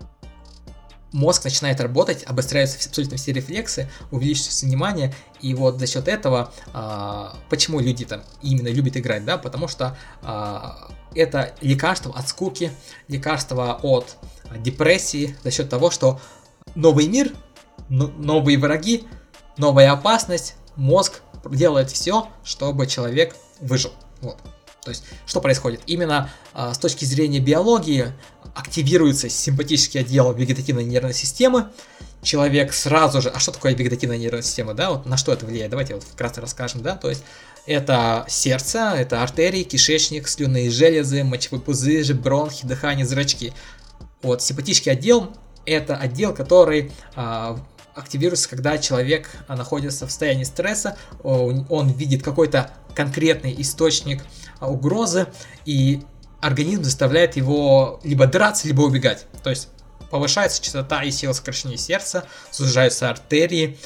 мозг начинает работать, обостряются абсолютно все рефлексы, увеличивается внимание, и вот за счет этого, а, почему люди там именно любят играть, да, потому что а, это лекарство от скуки, лекарство от депрессии, за счет того, что новый мир, новые враги, новая опасность, мозг делает все, чтобы человек выжил, вот. То есть, что происходит? Именно а, с точки зрения биологии активируется симпатический отдел вегетативной нервной системы. Человек сразу же... А что такое вегетативная нервная система? Да? Вот на что это влияет? Давайте вот вкратце расскажем. Да? То есть, это сердце, это артерии, кишечник, слюнные железы, мочевой пузырь, бронхи, дыхание, зрачки. Вот, симпатический отдел – это отдел, который... А, активируется, когда человек находится в состоянии стресса, он видит какой-то конкретный источник угрозы, и организм заставляет его либо драться, либо убегать. То есть повышается частота и сила сокращения сердца, сужаются артерии,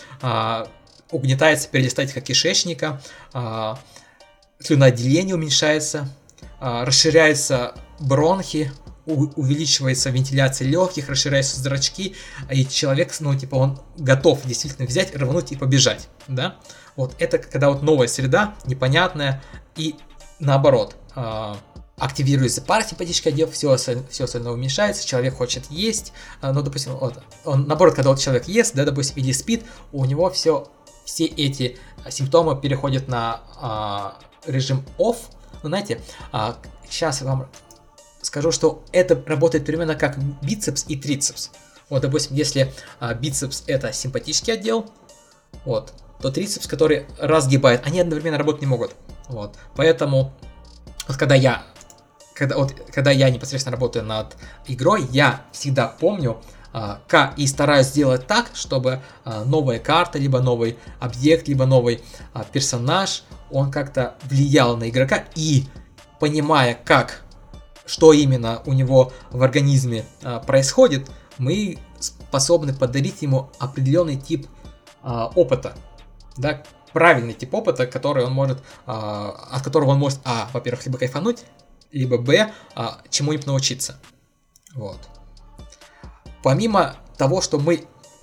угнетается перистальтика кишечника, слюноотделение уменьшается, расширяются бронхи, увеличивается вентиляция легких, расширяются зрачки, и человек, ну, типа, он готов действительно взять, рвануть и побежать, да. Вот это когда вот новая среда, непонятная, и наоборот, активируется парасимпатический отдел, все, все остальное уменьшается, человек хочет есть, ну, допустим, вот, он, наоборот, когда вот человек ест, да, допустим, или спит, у него все, все эти симптомы переходят на а, режим off, ну, знаете, а, сейчас я вам скажу, что это работает примерно как бицепс и трицепс. Вот, допустим, если а, бицепс это симпатический отдел, вот, то трицепс, который разгибает, они одновременно работать не могут. Вот, поэтому, вот когда я, когда, вот, когда я непосредственно работаю над игрой, я всегда помню, а, как и стараюсь сделать так, чтобы а, новая карта, либо новый объект, либо новый а, персонаж, он как-то влиял на игрока, и понимая, как что именно у него в организме а, происходит, мы способны подарить ему определенный тип а, опыта, да, правильный тип опыта, который он может, а, от которого он может, а, во-первых, либо кайфануть, либо, б, а, чему-нибудь научиться. Вот. Помимо того, что мы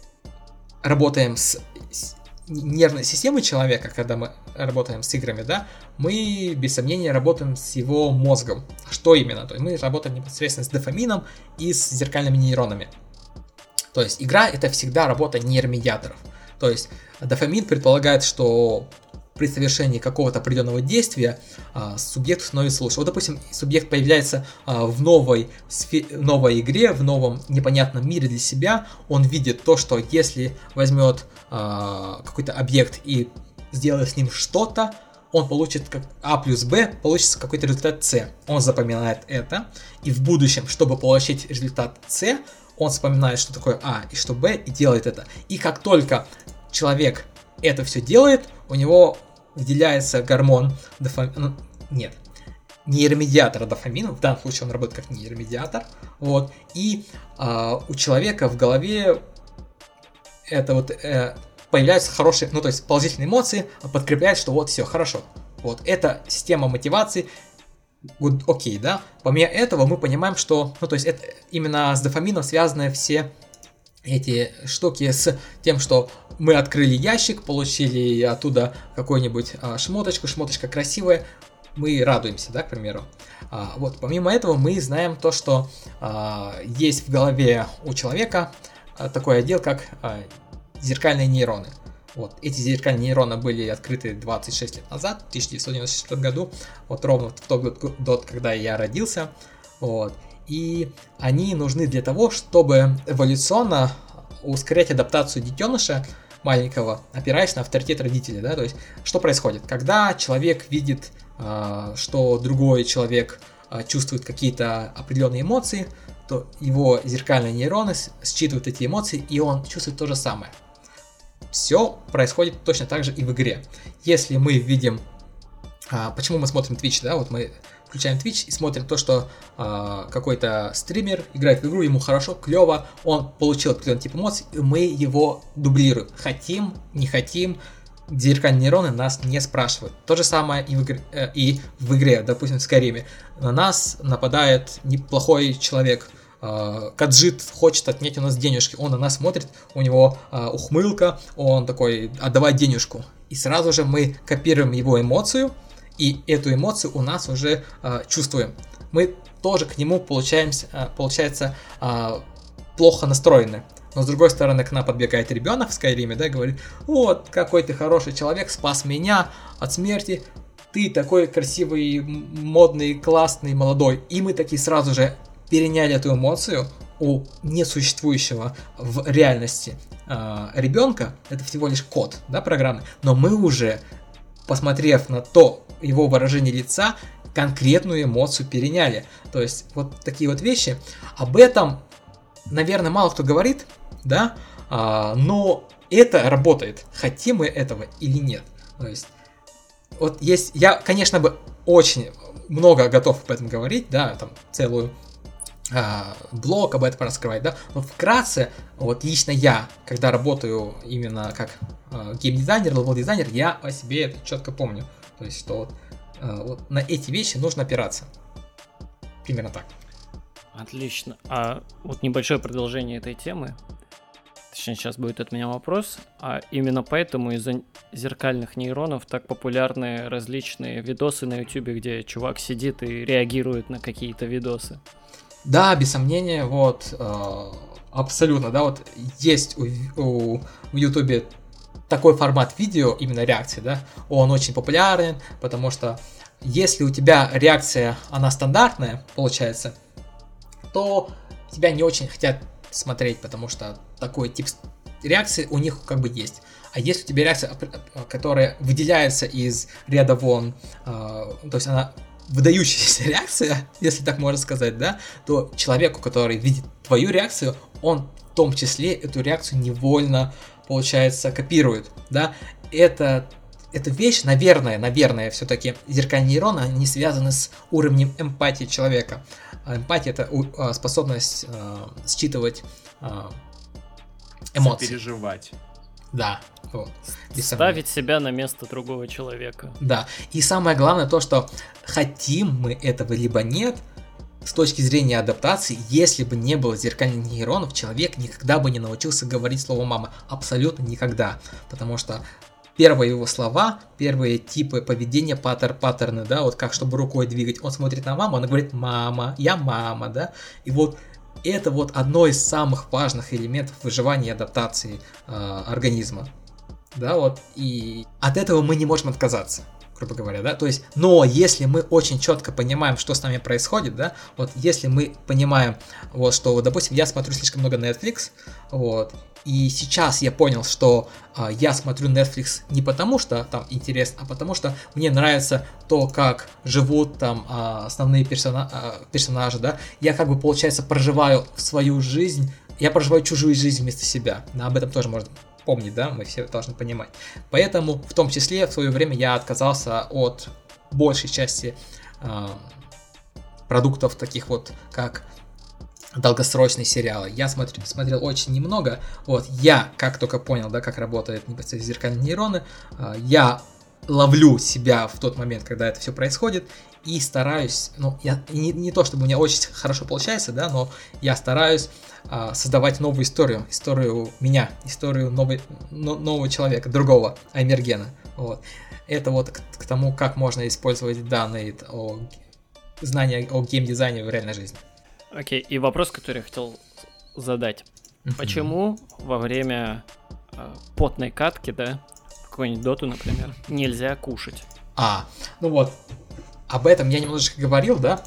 работаем с нервной системой человека, когда мы работаем с играми, да, мы, без сомнения, работаем с его мозгом. Что именно? То есть мы работаем непосредственно с дофамином и с зеркальными нейронами. То есть игра — это всегда работа нейромедиаторов. То есть дофамин предполагает, что при совершении какого-то определенного действия а, субъект становится лучше. Вот, допустим, субъект появляется а, в новой, сфе- новой игре, в новом непонятном мире для себя. Он видит то, что если возьмет а, какой-то объект и сделает с ним что-то, он получит как А плюс Б, получится какой-то результат С. Он запоминает это, и в будущем, чтобы получить результат С, он вспоминает, что такое А и что Б, и делает это. И как только человек это все делает, у него выделяется гормон дофамина, ну, нет, нейромедиатор дофамина, в данном случае он работает как нейромедиатор, вот, и э, у человека в голове это вот э, появляются хорошие, ну, то есть положительные эмоции, подкрепляют, что вот все, хорошо, вот, это система мотивации, good, окей, да, помимо этого мы понимаем, что, ну, то есть это именно с дофамином связаны все эти штуки с тем, что мы открыли ящик, получили оттуда какую-нибудь а, шмоточку, шмоточка красивая, мы радуемся, да, к примеру. А, вот, помимо этого мы знаем то, что а, есть в голове у человека а, такой отдел, как а, зеркальные нейроны. Вот, эти зеркальные нейроны были открыты двадцать шесть лет назад, в тысяча девятьсот девяносто четвёртом году, вот ровно в тот год, когда я родился, вот. И они нужны для того, чтобы эволюционно ускорять адаптацию детеныша маленького, опираясь на авторитет родителей, да, то есть что происходит, когда человек видит, что другой человек чувствует какие-то определенные эмоции, то его зеркальные нейроны считывают эти эмоции, и он чувствует то же самое. Все происходит точно так же и в игре. Если мы видим, почему мы смотрим Twitch, да, вот мы включаем Twitch и смотрим то, что э, какой-то стример играет в игру, ему хорошо, клево, он получил определенный тип эмоций, и мы его дублируем. Хотим, не хотим, зеркальные нейроны нас не спрашивают. То же самое и в игре, э, и в игре, допустим, в Скайриме. На нас нападает неплохой человек, э, Каджит хочет отнять у нас денежки, он на нас смотрит, у него э, ухмылка, он такой, отдавай денежку. И сразу же мы копируем его эмоцию, и эту эмоцию у нас уже э, чувствуем. Мы тоже к нему получаемся, э, получается э, плохо настроены. Но с другой стороны, к нам подбегает ребенок в Скайриме, да, и говорит: вот, какой ты хороший человек, спас меня от смерти, ты такой красивый, модный, классный, молодой. И мы такие сразу же переняли эту эмоцию у несуществующего в реальности э, ребенка. Это всего лишь код, да, программы. Но мы уже, посмотрев на то, его выражение лица, конкретную эмоцию переняли. То есть вот такие вот вещи. Об этом, наверное, мало кто говорит, да, а, но это работает, хотим мы этого или нет. То есть вот есть, я, конечно, бы очень много готов об этом говорить, да, там целую а, блог об этом раскрывать, да, но вкратце, вот лично я, когда работаю именно как а, геймдизайнер, левел-дизайнер, я о себе это четко помню. То есть, что вот, э, вот на эти вещи нужно опираться. Примерно так. Отлично. А вот небольшое продолжение этой темы. Точнее, сейчас будет от меня вопрос. А именно поэтому из-за зеркальных нейронов так популярны различные видосы на YouTube, где чувак сидит и реагирует на какие-то видосы. Да, без сомнения, вот, э, абсолютно, да, вот есть у, у, в YouTube такой формат видео, именно реакции, да, он очень популярен, потому что если у тебя реакция, она стандартная, получается, то тебя не очень хотят смотреть, потому что такой тип реакции у них как бы есть. А если у тебя реакция, которая выделяется из ряда вон, э, то есть она выдающаяся реакция, если так можно сказать, да, то человеку, который видит твою реакцию, он в том числе эту реакцию невольно, получается, копирует, да, это, эта вещь, наверное, наверное, все-таки зеркальные нейроны, они связаны с уровнем эмпатии человека. А эмпатия — это а, способность а, считывать а, эмоции. Сопереживать. Да. Вот. Ставить себя на место другого человека. Да. И самое главное то, что хотим мы этого либо нет, с точки зрения адаптации, если бы не было зеркальных нейронов, человек никогда бы не научился говорить слово «мама». Абсолютно никогда. Потому что первые его слова, первые типы поведения, паттер, паттерны, да, вот как чтобы рукой двигать, он смотрит на маму, она говорит «мама», «я мама», да, и вот это вот одно из самых важных элементов выживания и адаптации э, организма, да, вот, и от этого мы не можем отказаться, грубо говоря, да, то есть, но если мы очень четко понимаем, что с нами происходит, да, вот, если мы понимаем, вот, что, допустим, я смотрю слишком много Netflix, вот, и сейчас я понял, что э, я смотрю Netflix не потому, что там интересно, а потому что мне нравится то, как живут там э, основные персона- э, персонажи, да. Я как бы, получается, проживаю свою жизнь, я проживаю чужую жизнь вместо себя. Да, об этом тоже можно помнить, да, мы все должны понимать. Поэтому, в том числе, в свое время я отказался от большей части э, продуктов таких вот, как долгосрочные сериалы. Я смотрю, смотрел очень немного. Вот, я, как только понял, да, как работают непосредственно зеркальные нейроны, э, я ловлю себя в тот момент, когда это все происходит, и стараюсь, ну, я не, не то чтобы у меня очень хорошо получается, да, но я стараюсь э, создавать новую историю, историю меня, историю новой, но, нового человека, другого, Аймергена. Вот. Это вот к, к тому, как можно использовать данные о знания о геймдизайне в реальной жизни. Окей, okay, и вопрос, который я хотел задать. Uh-huh. Почему во время э, потной катки, да, какой-нибудь доту, например, нельзя кушать? А, ну вот, об этом я немножечко говорил, да,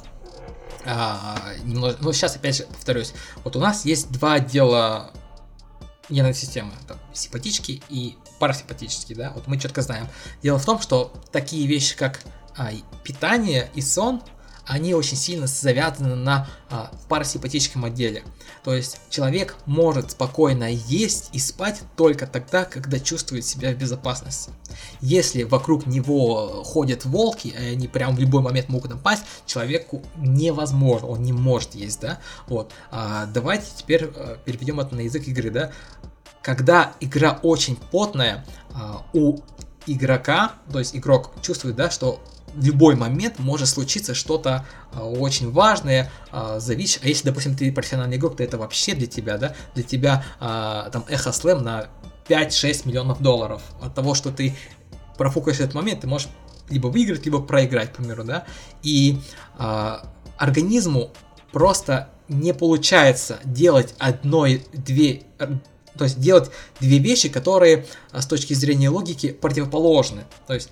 а, немного, ну сейчас опять же повторюсь, вот у нас есть два отдела нервной системы, там, симпатический и парасимпатический, да, вот мы четко знаем. Дело в том, что такие вещи, как а, питание и сон, они очень сильно завязаны на а, парасимпатическом отделе. То есть человек может спокойно есть и спать только тогда, когда чувствует себя в безопасности. Если вокруг него ходят волки, и они прям в любой момент могут напасть, человеку невозможно, он не может есть, да. Вот. А, давайте теперь а, переведем это на язык игры, да. Когда игра очень потная, а, у игрока, то есть игрок чувствует, да, что в любой момент может случиться что-то а, очень важное, а, зависит. А если, допустим, ты профессиональный игрок, то это вообще для тебя, да, для тебя а, там Эхо Слэм на пять-шесть миллионов долларов. От того, что ты профукаешь этот момент, ты можешь либо выиграть, либо проиграть, к примеру, да. И а, организму просто не получается делать одной-две, то есть делать две вещи, которые а, с точки зрения логики противоположны. То есть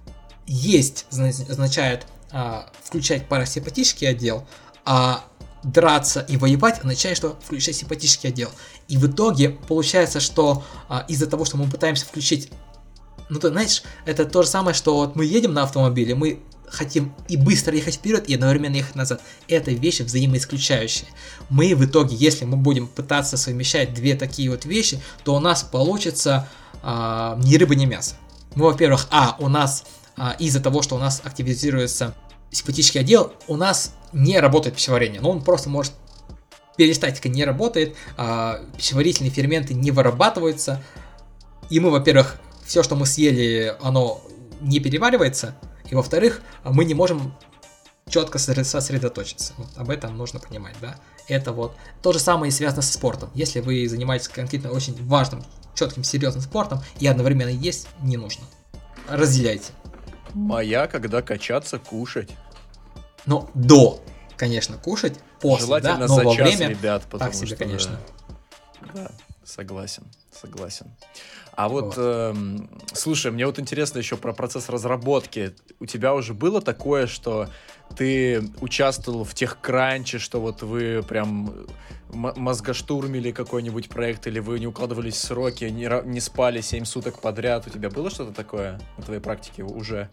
есть означает а, включать парасимпатический отдел, а драться и воевать означает, что включать симпатический отдел. И в итоге получается, что а, из-за того, что мы пытаемся включить, ну ты знаешь, это то же самое, что вот мы едем на автомобиле, мы хотим и быстро ехать вперед, и одновременно ехать назад. Это вещи взаимоисключающие. Мы в итоге, если мы будем пытаться совмещать две такие вот вещи, то у нас получится а, ни рыба, ни мясо. Ну, во-первых, а, у нас из-за того, что у нас активизируется симпатический отдел, у нас не работает пищеварение, но он просто может, перистальтика не работает, пищеварительные ферменты не вырабатываются, и мы, во-первых, все, что мы съели, оно не переваривается, и, во-вторых, мы не можем четко сосредоточиться. Вот, об этом нужно понимать, да. Это вот то же самое и связано со спортом. Если вы занимаетесь конкретно очень важным, четким, серьезным спортом, и одновременно есть не нужно. Разделяйте. Моя, когда качаться, кушать. Ну, до, конечно, кушать, после, желательно да, но за во час, время, ребят, потому так себе, что, конечно. Да, да, согласен, согласен. А вот, вот. Э, слушай, мне вот интересно еще про процесс разработки. У тебя уже было такое, что ты участвовал в тех кранче, что вот вы прям м- мозгоштурмили какой-нибудь проект, или вы не укладывались в сроки, не, не спали семь суток подряд? У тебя было что-то такое на твоей практике уже?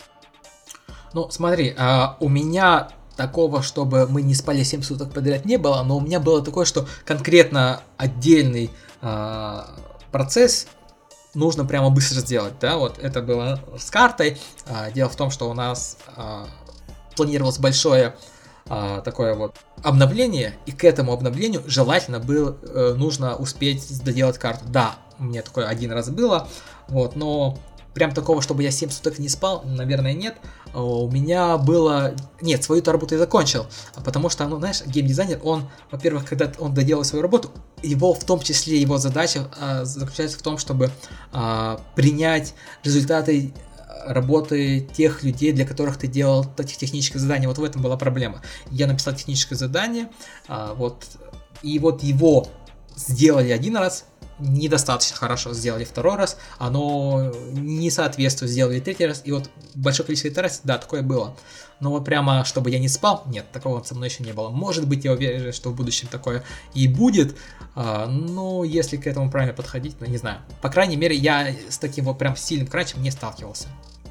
Ну, смотри, а, у меня такого, чтобы мы не спали семь суток подряд, не было, но у меня было такое, что конкретно отдельный а, процесс нужно прямо быстро сделать, да, вот это было с картой. А, дело в том, что у нас а, планировалось большое а, такое вот обновление, и к этому обновлению желательно было, э, нужно успеть доделать карту. Да, у меня такое один раз было, вот, но прям такого, чтобы я семь суток не спал, наверное, нет. У меня было... Нет, свою-то работу я закончил, потому что, ну, знаешь, геймдизайнер, он, во-первых, когда он доделал свою работу, его, в том числе, его задача а, заключается в том, чтобы а, принять результаты работы тех людей, для которых ты делал таких технических заданий. Вот в этом была проблема. Я написал техническое задание, а, вот, и вот его сделали один раз, недостаточно хорошо сделали второй раз, оно не соответствует, сделали третий раз, и вот большое количество итераций, да, такое было. Но вот прямо, чтобы я не спал, нет, такого со мной еще не было. Может быть, я уверен, что в будущем такое и будет, а, но если к этому правильно подходить, ну, не знаю. По крайней мере, я с таким вот прям сильным кранчем не сталкивался.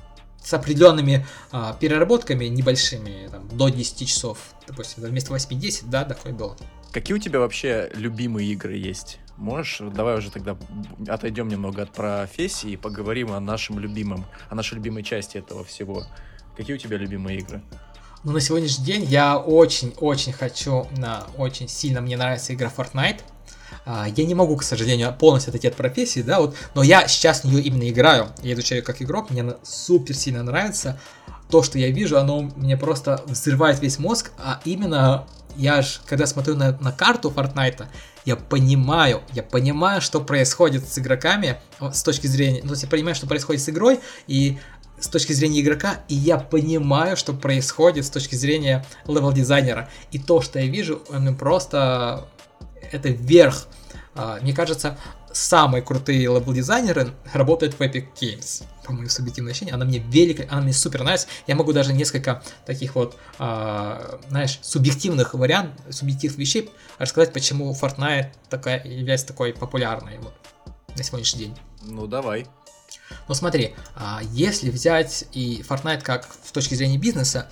С определенными а, переработками небольшими, там, до десяти часов, допустим, вместо восьми-десяти, да, такое было. Какие у тебя вообще любимые игры есть? Можешь? Давай уже тогда отойдем немного от профессии и поговорим о нашем любимом, о нашей любимой части этого всего. Какие у тебя любимые игры? Ну, на сегодняшний день я очень-очень хочу, на, очень сильно мне нравится игра Fortnite. А, я не могу, к сожалению, полностью отойти от профессии, да, вот, но я сейчас в нее именно играю. Я изучаю как игрок, мне она супер сильно нравится. То, что я вижу, оно мне просто взрывает весь мозг, а именно... Я же, когда смотрю на, на карту Fortnite, я понимаю, я понимаю, что происходит с игроками с точки зрения, ну, то есть я понимаю, что происходит с игрой, и с точки зрения игрока, и я понимаю, что происходит с точки зрения левел-дизайнера. И то, что я вижу, ну, просто это верх. Мне кажется, самые крутые левел-дизайнеры работают в Epic Games. По моему субъективному ощущению, она мне велика, она мне супер нравится. Я могу даже несколько таких вот, э, знаешь, субъективных вариантов, субъективных вещей рассказать, почему Fortnite такая, является такой популярной вот, на сегодняшний день. Ну, давай. Ну, смотри, э, если взять и Fortnite как с точки зрения бизнеса,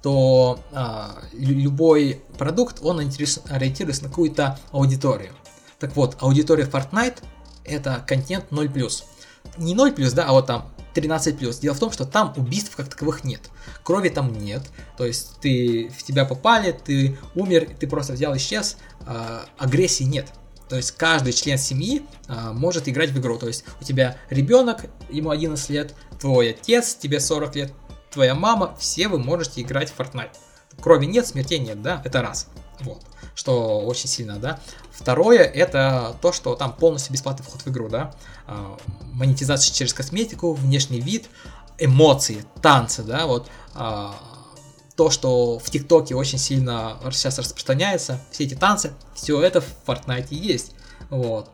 то э, любой продукт, он ориентируется на какую-то аудиторию. Так вот, аудитория Fortnite — это контент ноль плюс. Не ноль плюс, да, а вот там тринадцать плюс. Дело в том, что там убийств как таковых нет. Крови там нет. То есть ты в тебя попали, ты умер, ты просто взял, исчез. А, агрессии нет. То есть каждый член семьи а, может играть в игру. То есть у тебя ребенок, ему одиннадцать лет, твой отец, тебе сорок лет, твоя мама, все вы можете играть в Fortnite. Крови нет, смертей нет, да, это раз. Вот. Что очень сильно, да. Второе, это то, что там полностью бесплатный вход в игру, да. А, монетизация через косметику, внешний вид, эмоции, танцы, да, вот. А, то, что в ТикТоке очень сильно сейчас распространяется, все эти танцы, все это в Fortnite есть, вот.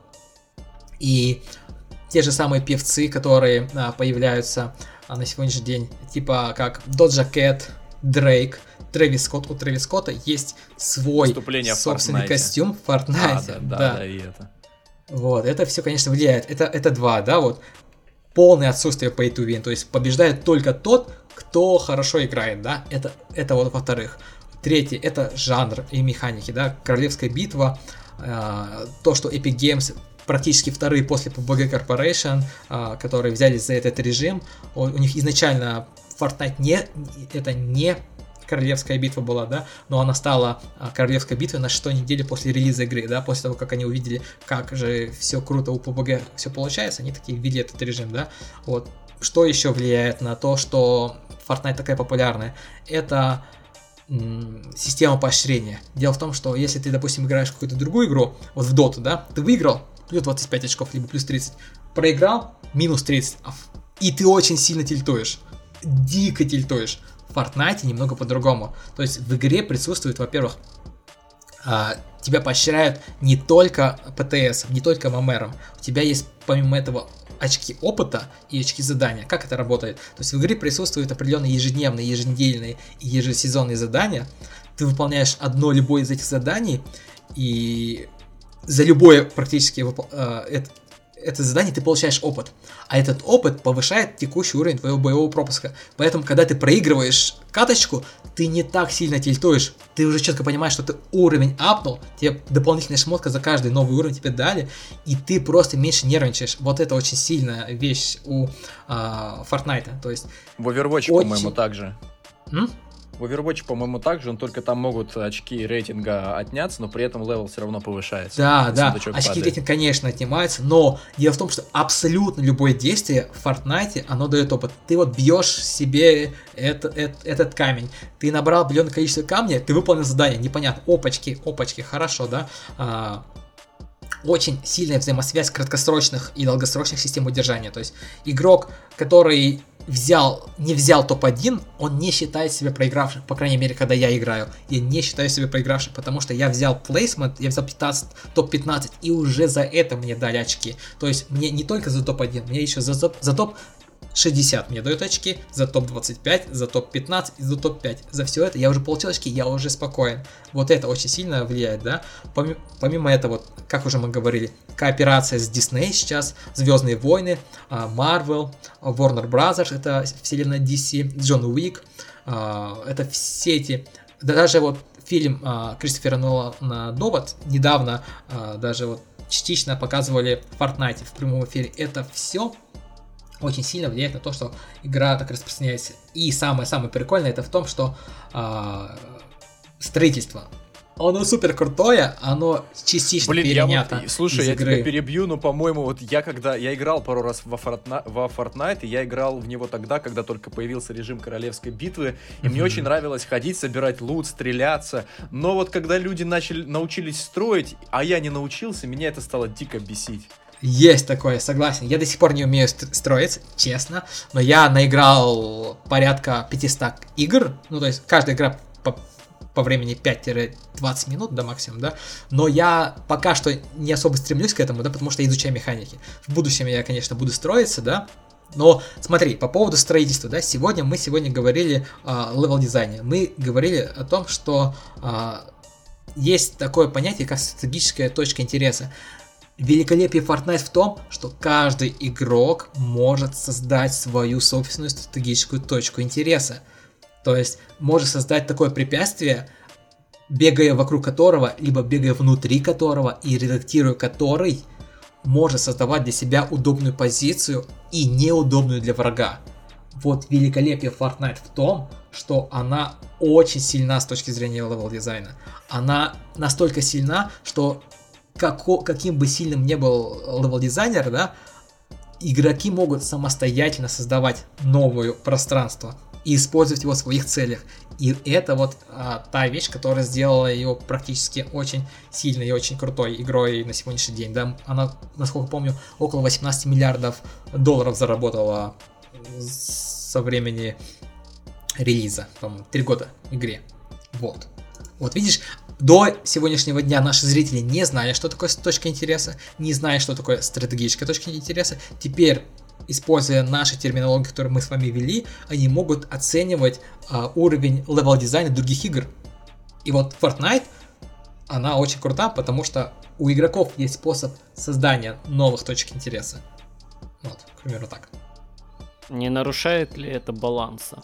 И те же самые певцы, которые а, появляются а, на сегодняшний день, типа как Doja Cat, Drake, Трэвис Скотт. У Трэвис Скотта есть свой Вступление собственный в костюм в Fortnite. А, да, да, да. да, и это. Вот, это все, конечно, влияет. Это, это два, да, вот. Полное отсутствие pay to win, то есть побеждает только тот, кто хорошо играет, да, это, это вот во-вторых. Третье, это жанр и механики, да, Королевская битва, э, то, что Epic Games практически вторые после пи би джи Corporation, э, которые взялись за этот режим, у, у них изначально Fortnite не, это не Королевская битва была, да, но она стала а, Королевской битвой на шестой неделе после релиза игры, да, после того, как они увидели, как же все круто у пи би джи все получается, они такие ввели этот режим, да, вот. Что еще влияет на то, что Fortnite такая популярная? Это м- система поощрения. Дело в том, что если ты, допустим, играешь в какую-то другую игру, вот в Dota, да, ты выиграл, плюс двадцать пять очков, либо плюс тридцать, проиграл, минус тридцать, и ты очень сильно тильтуешь, дико тильтуешь. В Fortnite немного по-другому. То есть в игре присутствует, во-первых, а, тебя поощряют не только пи ти эс, не только эм эм эр. У тебя есть помимо этого очки опыта и очки задания. Как это работает? То есть в игре присутствуют определенные ежедневные, еженедельные и ежесезонные задания. Ты выполняешь одно любое из этих заданий, и за любое практически а, это, это задание ты получаешь опыт. А этот опыт повышает текущий уровень твоего боевого пропуска. Поэтому, когда ты проигрываешь каточку, ты не так сильно тильтуешь. Ты уже четко понимаешь, что ты уровень апнул, тебе дополнительная шмотка за каждый новый уровень тебе дали, и ты просто меньше нервничаешь. Вот это очень сильная вещь у а, Fortnite. То есть в Overwatch, очень... по-моему, так же. М? В Overwatch, по-моему, так же, он только там могут очки рейтинга отняться, но при этом левел все равно повышается. Да, да, очки рейтинга, конечно, отнимаются, но дело в том, что абсолютно любое действие в Fortnite, оно дает опыт. Ты вот бьешь себе это, это, этот камень, ты набрал определенное количество камней, ты выполнил задание, непонятно, опачки, опачки, хорошо, да, а, очень сильная взаимосвязь краткосрочных и долгосрочных систем удержания, то есть игрок, который взял, не взял топ один, он не считает себя проигравшим, по крайней мере, когда я играю, я не считаю себя проигравшим, потому что я взял плейсмент, я взял пятнадцать, топ пятнадцать, и уже за это мне дали очки, то есть мне не только за топ один, мне еще за, за топ шестьдесят мне дают очки, за топ двадцать пять, за топ пятнадцать и за топ пять. За все это я уже получил очки, я уже спокоен. Вот это очень сильно влияет, да. Помимо, помимо этого, вот, как уже мы говорили, кооперация с Disney сейчас, Звездные войны, Marvel, Warner Brothers, это вселенная ди си, Джон Уик, это все эти, да, даже вот фильм Кристофера Нолана «Довод» недавно даже вот частично показывали в Fortnite в прямом эфире. Это все очень сильно влияет на то, что игра так распространяется. И самое-самое прикольное это в том, что э, строительство, оно супер крутое, оно частично Блин, перенято я вот, слушай, из я игры. тебя перебью, но, по-моему, вот я когда, я играл пару раз во Fortnite, во Fortnite, и я играл в него тогда, когда только появился режим королевской битвы, и mm-hmm. мне очень нравилось ходить, собирать лут, стреляться, но вот когда люди начали, научились строить, а я не научился, меня это стало дико бесить. Есть такое, согласен. Я до сих пор не умею строить, честно, но я наиграл порядка пятьсот игр, ну то есть каждая игра по, по времени пять-двадцать минут, да, максимум, да, но я пока что не особо стремлюсь к этому, да, потому что я изучаю механики. В будущем я, конечно, буду строиться, да, но смотри, по поводу строительства, да, сегодня мы сегодня говорили о левел-дизайне, мы говорили о том, что а, есть такое понятие, как стратегическая точка интереса. Великолепие Fortnite в том, что каждый игрок может создать свою собственную стратегическую точку интереса. То есть может создать такое препятствие, бегая вокруг которого, либо бегая внутри которого и редактируя который, может создавать для себя удобную позицию и неудобную для врага. Вот великолепие Fortnite в том, что она очень сильна с точки зрения левел-дизайна. Она настолько сильна, что Како, каким бы сильным ни был левел-дизайнер, да, игроки могут самостоятельно создавать новое пространство и использовать его в своих целях. И это вот а, та вещь, которая сделала ее практически очень сильной и очень крутой игрой на сегодняшний день. Да. Она, насколько помню, около восемнадцать миллиардов долларов заработала со времени релиза, по-моему, три года игре. Вот. Вот видишь, до сегодняшнего дня наши зрители не знали, что такое точка интереса, не зная, что такое стратегическая точка интереса. Теперь, используя наши терминологии, которые мы с вами ввели, они могут оценивать а, уровень левел-дизайна других игр. И вот Fortnite, она очень крута, потому что у игроков есть способ создания новых точек интереса. Вот, к примеру, так. Не нарушает ли это баланса?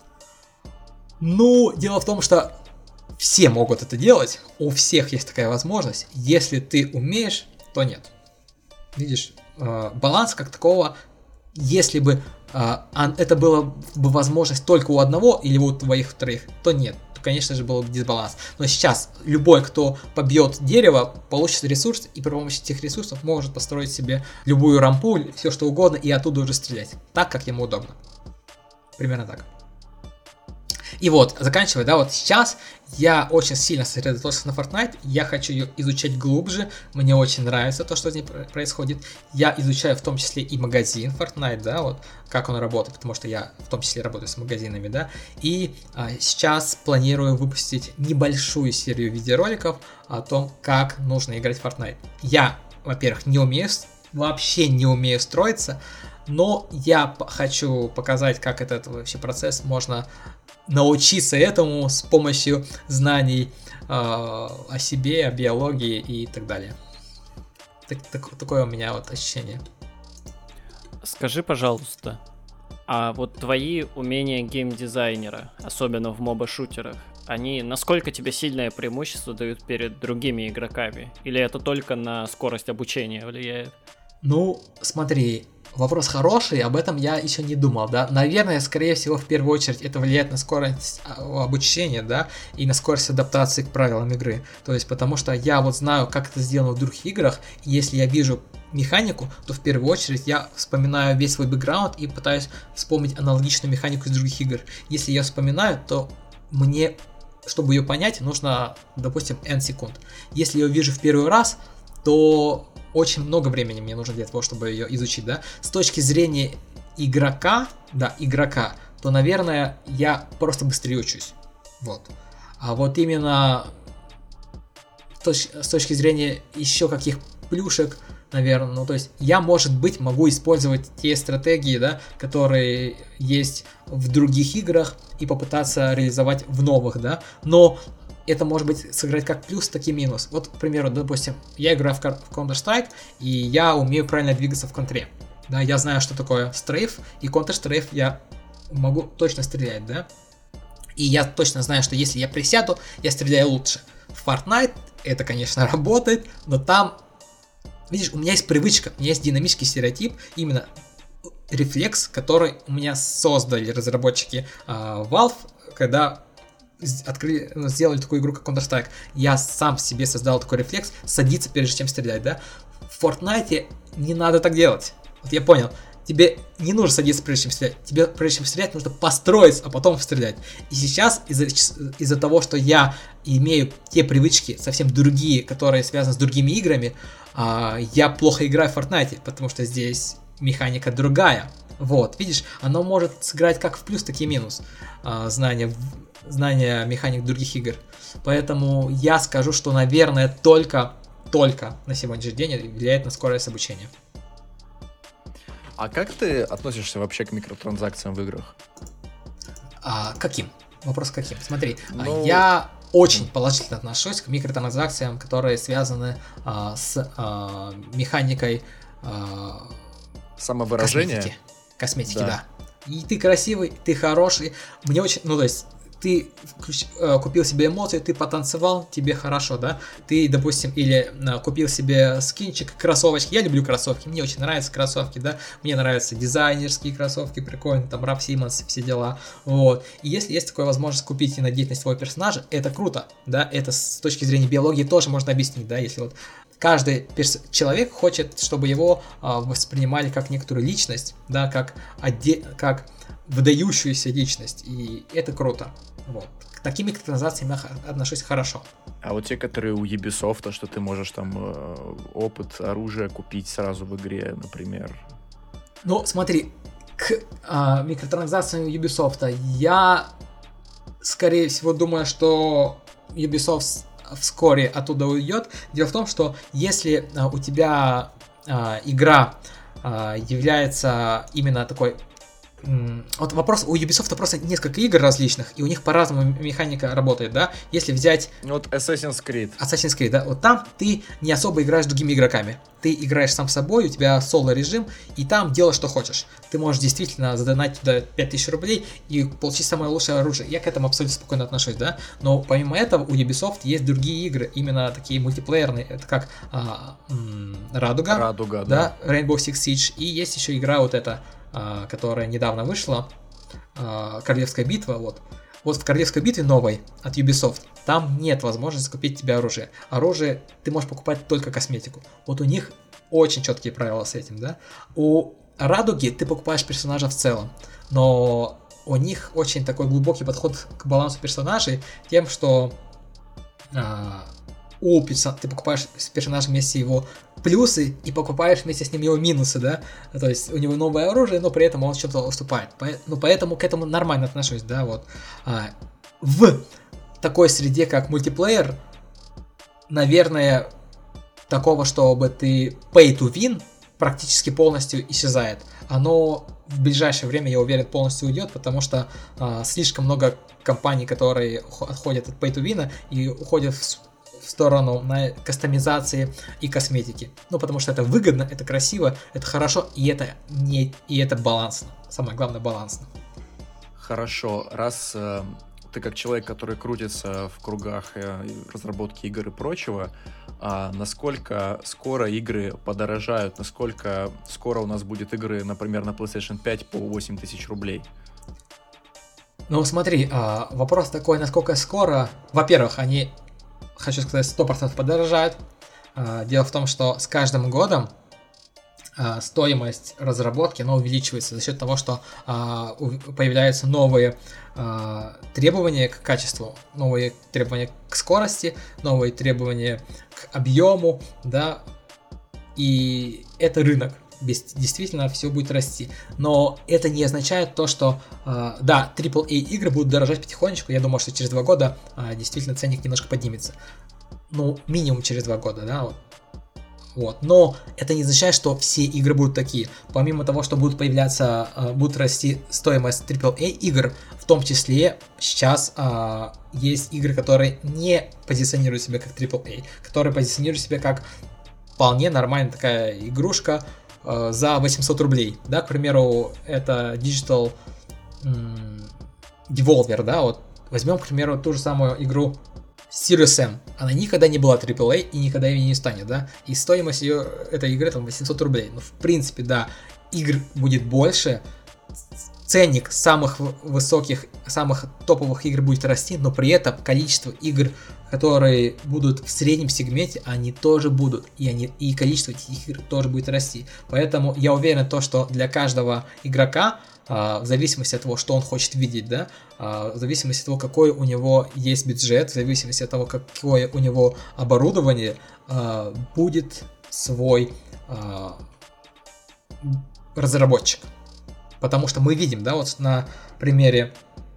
Ну, дело в том, что все могут это делать, у всех есть такая возможность. Если ты умеешь, то нет. Видишь, э, баланс как такого, если бы э, это была бы возможность только у одного или у твоих вторых, то нет. То, конечно же, был бы дисбаланс. Но сейчас любой, кто побьет дерево, получит ресурс, и при помощи этих ресурсов может построить себе любую рампу, все что угодно, и оттуда уже стрелять. Так, как ему удобно. Примерно так. И вот, заканчивая, да, вот сейчас я очень сильно сосредоточился на Fortnite, я хочу ее изучать глубже, мне очень нравится то, что с ней происходит, я изучаю в том числе и магазин Fortnite, да, вот, как он работает, потому что я в том числе работаю с магазинами, да, и а, сейчас планирую выпустить небольшую серию видеороликов о том, как нужно играть в Fortnite. Я, во-первых, не умею, вообще не умею строиться, но я хочу показать, как этот вообще процесс можно научиться этому с помощью знаний э, о себе, о биологии и так далее. Так, так, такое у меня вот ощущение. Скажи, пожалуйста, а вот твои умения геймдизайнера, особенно в моба-шутерах, они насколько тебе сильное преимущество дают перед другими игроками? Или это только на скорость обучения влияет? Ну, смотри, Вопрос хороший, об этом я еще не думал, да. Наверное, скорее всего, в первую очередь это влияет на скорость обучения, да, и на скорость адаптации к правилам игры. То есть, потому что я вот знаю, как это сделано в других играх, и если я вижу механику, то в первую очередь я вспоминаю весь свой бэкграунд и пытаюсь вспомнить аналогичную механику из других игр. Если я вспоминаю, то мне, чтобы ее понять, нужно, допустим, N секунд. Если я ее вижу в первый раз, то очень много времени мне нужно для того, чтобы ее изучить, да. С точки зрения игрока, да, игрока, то, наверное, я просто быстрее учусь. Вот. А вот именно с точки зрения еще каких плюшек, наверное, ну, то есть я, может быть, могу использовать те стратегии, да, которые есть в других играх и попытаться реализовать в новых, да, но это может быть сыграть как плюс, так и минус. Вот, к примеру, допустим, я играю в Counter-Strike, и я умею правильно двигаться в контре. Да, я знаю, что такое стрейф, и Counter-Strike я могу точно стрелять, да. И я точно знаю, что если я присяду, я стреляю лучше. В Fortnite это, конечно, работает, но там, видишь, у меня есть привычка, у меня есть динамический стереотип, именно рефлекс, который у меня создали разработчики э, Valve, когда открыли, сделали такую игру, как Counter-Strike. Я сам себе создал такой рефлекс, садиться прежде чем стрелять, да. В Fortnite не надо так делать. Вот я понял. Тебе не нужно садиться прежде чем стрелять. Тебе прежде чем стрелять нужно построиться, а потом стрелять. И сейчас из-за, из-за того, что я имею те привычки совсем другие, которые связаны с другими играми, я плохо играю в Fortnite, потому что здесь механика другая. Вот, видишь, оно может сыграть как в плюс, так и в минус. Знание знания механик других игр. Поэтому я скажу, что, наверное, только, только на сегодняшний день влияет на скорость обучения. А как ты относишься вообще к микротранзакциям в играх? А, каким? Вопрос каким? Смотри, ну... я очень положительно отношусь к микротранзакциям, которые связаны а, с а, механикой а, самовыражения. Косметики, косметики да. да. И ты красивый, ты хороший. Мне очень, ну то есть ты включ, э, купил себе эмоции, ты потанцевал, тебе хорошо, да? Ты, допустим, или э, купил себе скинчик, кроссовочки. Я люблю кроссовки, мне очень нравятся кроссовки, да? Мне нравятся дизайнерские кроссовки, прикольно, там Рaf Simons, все дела, вот. И если есть такая возможность купить и надеть на своего персонажа, это круто, да? Это с точки зрения биологии тоже можно объяснить, да? Если вот каждый перс- человек хочет, чтобы его э, воспринимали как некоторую личность, да, как, оде- как выдающуюся личность, и это круто. Вот. К таким микротранзакциям я отношусь хорошо. А вот те, которые у Ubisoft, что ты можешь там э, опыт оружия купить сразу в игре, например. Ну, смотри, к э, микротранзакциям Ubisoft я, скорее всего, думаю, что Ubisoft вскоре оттуда уйдет. Дело в том, что если э, у тебя э, игра э, является именно такой... Вот вопрос, у Ubisoft просто несколько игр различных, и у них по-разному механика работает, да? Если взять... Вот Assassin's Creed. Assassin's Creed, да? Вот там ты не особо играешь с другими игроками. Ты играешь сам собой, у тебя соло-режим, и там делаешь, что хочешь. Ты можешь действительно задонатить туда пять тысяч рублей и получить самое лучшее оружие. Я к этому абсолютно спокойно отношусь, да? Но помимо этого у Ubisoft есть другие игры, именно такие мультиплеерные, это как а, м- Радуга, Радуга, да? да, Rainbow Six Siege, и есть еще игра вот эта, которая недавно вышла, Королевская битва, вот. Вот в Королевской битве новой от Ubisoft, там нет возможности купить тебе оружие. Оружие ты можешь покупать только косметику. Вот у них очень четкие правила с этим, да. У Радуги ты покупаешь персонажа в целом, но у них очень такой глубокий подход к балансу персонажей, тем, что а, у персонажа ты покупаешь с персонажем вместе его плюсы и покупаешь вместе с ним его минусы, да, то есть у него новое оружие, но при этом он что-то уступает, ну поэтому к этому нормально отношусь, да, вот. А, в такой среде, как мультиплеер, наверное, такого, чтобы ты pay to win практически полностью исчезает. Оно в ближайшее время, я уверен, полностью уйдет, потому что а, слишком много компаний, которые отходят от pay to win и уходят в в сторону на кастомизации и косметики. Ну, потому что это выгодно, это красиво, это хорошо, и это не и это балансно. Самое главное, балансно. Хорошо, раз э, ты как человек, который крутится в кругах разработки игр и прочего, а насколько скоро игры подорожают, насколько скоро у нас будет игры, например, на PlayStation пять по восемь тысяч рублей? Ну, смотри, вопрос такой, насколько скоро. Во-первых, они, хочу сказать, сто процентов подорожают. Дело в том, что с каждым годом стоимость разработки, она увеличивается за счет того, что а, у, появляются новые а, требования к качеству, новые требования к скорости, новые требования к объему, да, и это рынок. Действительно, все будет расти. Но это не означает то, что, а, да, трипл эй игры будут дорожать потихонечку. Я думаю, что через два года а, действительно ценник немножко поднимется. Ну, минимум через два года, да, вот. Вот. Но это не означает, что все игры будут такие. Помимо того, что будут появляться, э, будут расти стоимость трипл эй игр, в том числе сейчас э, есть игры, которые не позиционируют себя как трипл эй, которые позиционируют себя как вполне нормальная такая игрушка э, за восемьсот рублей. Да, к примеру, это Digital м- Devolver, да, вот возьмем, к примеру, ту же самую игру Serious Sam, она никогда не была трипл эй и никогда ей не станет, да, и стоимость ее, этой игры там восемьсот рублей, ну в принципе, да, игр будет больше, ценник самых высоких, самых топовых игр будет расти, но при этом количество игр, которые будут в среднем сегменте, они тоже будут, и, они, и количество этих игр тоже будет расти, поэтому я уверен в том, что для каждого игрока, в зависимости от того, что он хочет видеть, да, в зависимости от того, какой у него есть бюджет, в зависимости от того, какое у него оборудование, будет свой разработчик. Потому что мы видим, да, вот на примере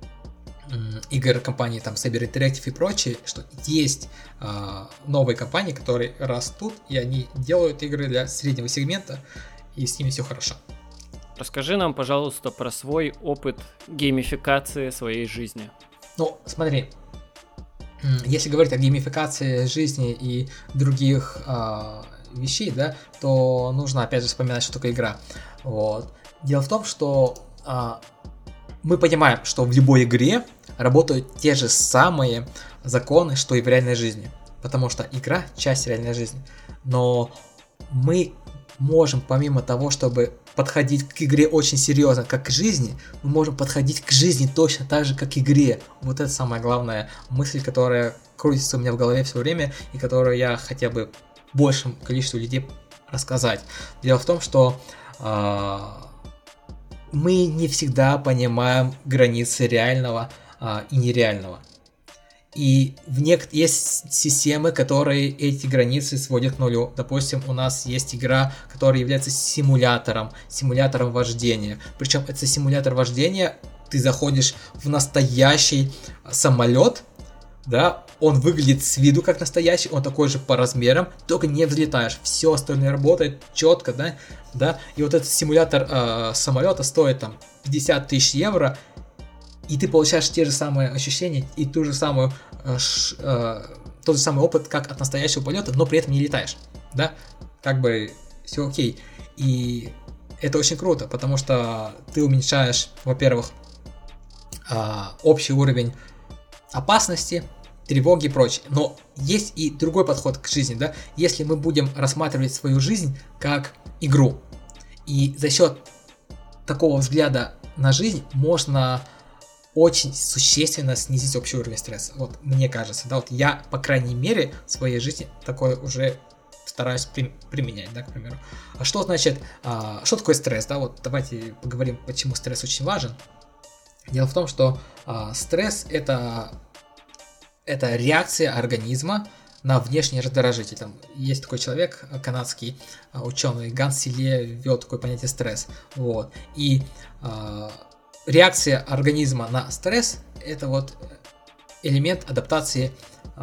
игр компании там Saber Interactive и прочие, что есть новые компании, которые растут, и они делают игры для среднего сегмента, и с ними все хорошо. Расскажи нам, пожалуйста, про свой опыт геймификации своей жизни. Ну, смотри, если говорить о геймификации жизни и других э, вещей, да, то нужно опять же вспоминать, что такое игра. Вот. Дело в том, что э, мы понимаем, что в любой игре работают те же самые законы, что и в реальной жизни. Потому что игра – часть реальной жизни. Но мы можем, помимо того, чтобы подходить к игре очень серьезно, как к жизни, мы можем подходить к жизни точно так же, как к игре. Вот это самая главная мысль, которая крутится у меня в голове все время, и которую я хотел бы большему количеству людей рассказать. Дело в том, что э, мы не всегда понимаем границы реального э, и нереального. И в нек- есть системы, которые эти границы сводят к нулю. Допустим, у нас есть игра, которая является симулятором, симулятором вождения. Причем это симулятор вождения, ты заходишь в настоящий самолет, да, он выглядит с виду как настоящий, он такой же по размерам, только не взлетаешь. Все остальное работает четко, да, да. И вот этот симулятор э, самолета стоит там пятьдесят тысяч евро. И ты получаешь те же самые ощущения и ту же самую, э, ш, э, тот же самый опыт, как от настоящего полета, но при этом не летаешь, да? Как бы все окей. И это очень круто, потому что ты уменьшаешь, во-первых, э, общий уровень опасности, тревоги и прочее. Но есть и другой подход к жизни, да? Если мы будем рассматривать свою жизнь как игру, и за счет такого взгляда на жизнь можно очень существенно снизить общий уровень стресса. Вот мне кажется, да, вот я, по крайней мере, в своей жизни такое уже стараюсь при, применять, да, к примеру. А что значит, а, что такое стресс, да, вот давайте поговорим, почему стресс очень важен. Дело в том, что а, стресс это, это реакция организма на внешний раздражитель. Там есть такой человек, канадский а, ученый, Ганс Селе, ввел такое понятие стресс, вот, и а, реакция организма на стресс – это вот элемент адаптации э,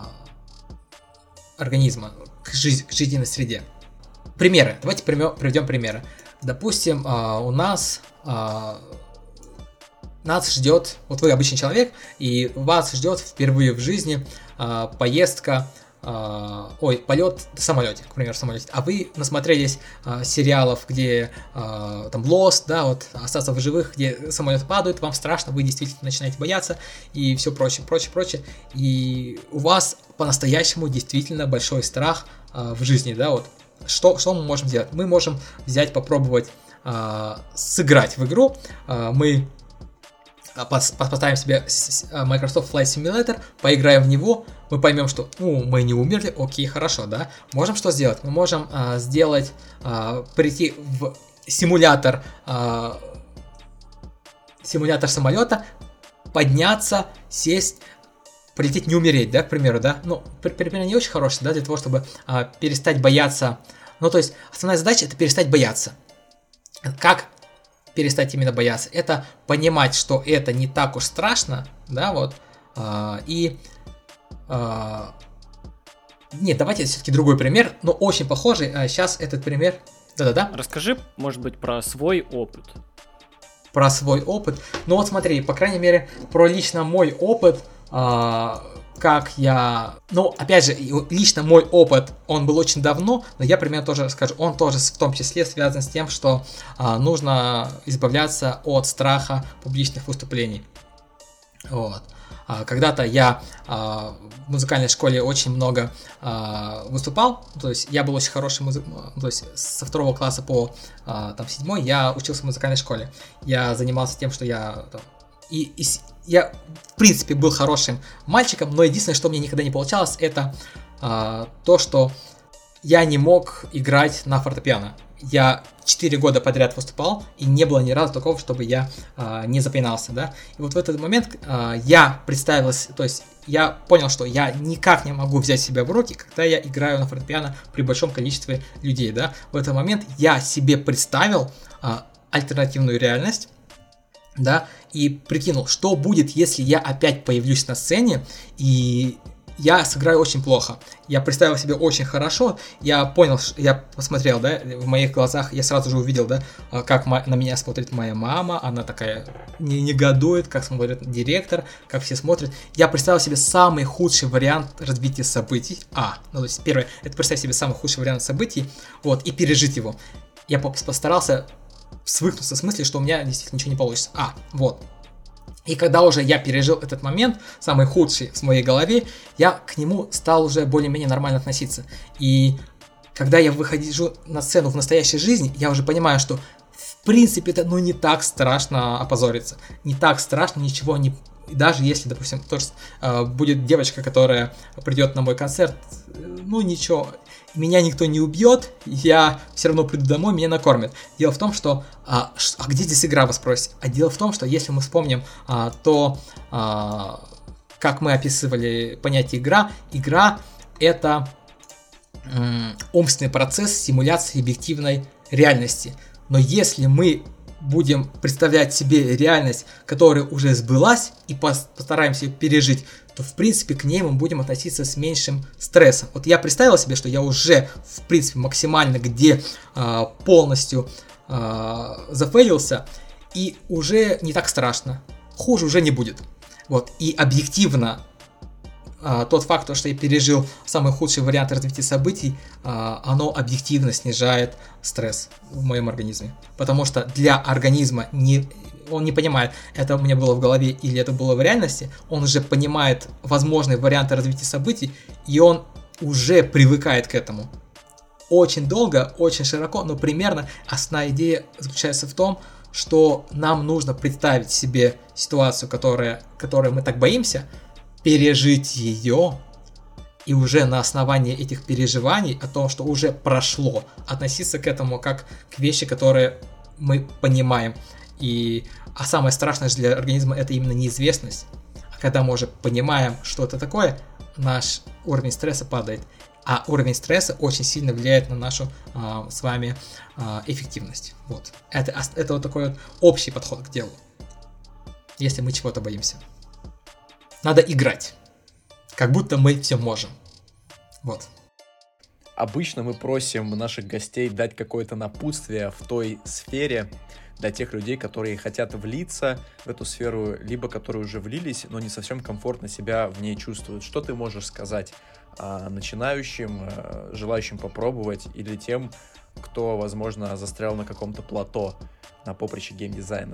организма к, жизнь, к жизненной среде. Примеры. Давайте приведем примеры. Допустим, э, у нас э, нас ждет, вот вы обычный человек, и вас ждет впервые в жизни э, поездка Uh, ой, полет в самолете, к примеру, в самолете, а вы насмотрелись uh, сериалов, где uh, там Lost, да, вот остаться в живых, где самолет падает, вам страшно, вы действительно начинаете бояться и все прочее, прочее, прочее, и у вас по-настоящему действительно большой страх uh, в жизни, да, вот. Что, что мы можем сделать? Мы можем взять, попробовать uh, сыграть в игру, uh, мы поставим себе Microsoft Flight Simulator, поиграем в него, мы поймем, что ну, мы не умерли, окей, хорошо, да. Можем что сделать? Мы можем а, сделать, а, прийти в симулятор, а, симулятор самолета, подняться, сесть, полететь, не умереть, да, к примеру, да. Ну, пример не очень хороший, да, для того, чтобы а, перестать бояться. Ну, то есть, основная задача — это перестать бояться. Как перестать именно бояться? Это понимать, что это не так уж страшно, да, вот, а, и а, нет, давайте все-таки другой пример, но очень похожий, а сейчас этот пример, да-да-да. Расскажи, может быть, про свой опыт. Про свой опыт, ну вот смотри, по крайней мере, про лично мой опыт, а, как я, ну, опять же, лично мой опыт, он был очень давно, но я примерно тоже расскажу, он тоже в том числе связан с тем, что а, нужно избавляться от страха публичных выступлений. Вот. А, когда-то я а, в музыкальной школе очень много а, выступал, то есть я был очень хороший музык, то есть со второго класса по а, там седьмой я учился в музыкальной школе. Я занимался тем, что я там, и, и я, в принципе, был хорошим мальчиком, но единственное, что мне никогда не получалось, это а, то, что я не мог играть на фортепиано. Я четыре года подряд выступал, и не было ни разу такого, чтобы я а, не запинался, да. И вот в этот момент а, я представился, то есть я понял, что я никак не могу взять себя в руки, когда я играю на фортепиано при большом количестве людей, да. В этот момент я себе представил а, альтернативную реальность, да, и прикинул, что будет, если я опять появлюсь на сцене, и я сыграю очень плохо. Я представил себе очень хорошо, я понял, я посмотрел, да, в моих глазах, я сразу же увидел, да, как на меня смотрит моя мама, она такая не негодует, как смотрит директор, как все смотрят. Я представил себе самый худший вариант развития событий. А, ну то есть первое, это представить себе самый худший вариант событий, вот, и пережить его. Я постарался свыкнуться с мыслью, что у меня действительно ничего не получится. А, вот. И когда уже я пережил этот момент, самый худший в моей голове, я к нему стал уже более-менее нормально относиться. И когда я выхожу на сцену в настоящей жизни, я уже понимаю, что в принципе это ну не так страшно опозориться. Не так страшно ничего не... И даже если, допустим, тоже, э, будет девочка, которая придет на мой концерт, ну ничего, меня никто не убьет, я все равно приду домой, меня накормят. Дело в том, что... А, а где здесь игра, вы спросите? А дело в том, что если мы вспомним а, то, а, как мы описывали понятие игра, игра это м, умственный процесс симуляции объективной реальности. Но если мы будем представлять себе реальность, которая уже сбылась, и постараемся ее пережить, то, в принципе, к ней мы будем относиться с меньшим стрессом. Вот я представил себе, что я уже, в принципе, максимально где а, полностью а, зафейлился, и уже не так страшно. Хуже уже не будет. Вот. И объективно а, тот факт, что я пережил самый худший вариант развития событий, а, оно объективно снижает стресс в моем организме. Потому что для организма не, он не понимает, это у меня было в голове или это было в реальности, он уже понимает возможные варианты развития событий, и он уже привыкает к этому. Очень долго, очень широко, но примерно основная идея заключается в том, что нам нужно представить себе ситуацию, которая, которой мы так боимся, пережить ее, и уже на основании этих переживаний, о том, что уже прошло, относиться к этому как к вещи, которые мы понимаем. И, а самое страшное же для организма это именно неизвестность. А когда мы уже понимаем, что это такое, наш уровень стресса падает. А уровень стресса очень сильно влияет на нашу а, с вами а, эффективность. Вот. Это, это вот такой вот общий подход к делу. Если мы чего-то боимся. Надо играть. Как будто мы все можем. Вот. Обычно мы просим наших гостей дать какое-то напутствие в той сфере для тех людей, которые хотят влиться в эту сферу, либо которые уже влились, но не совсем комфортно себя в ней чувствуют. Что ты можешь сказать а, начинающим, а, желающим попробовать, или тем, кто, возможно, застрял на каком-то плато на поприще геймдизайна?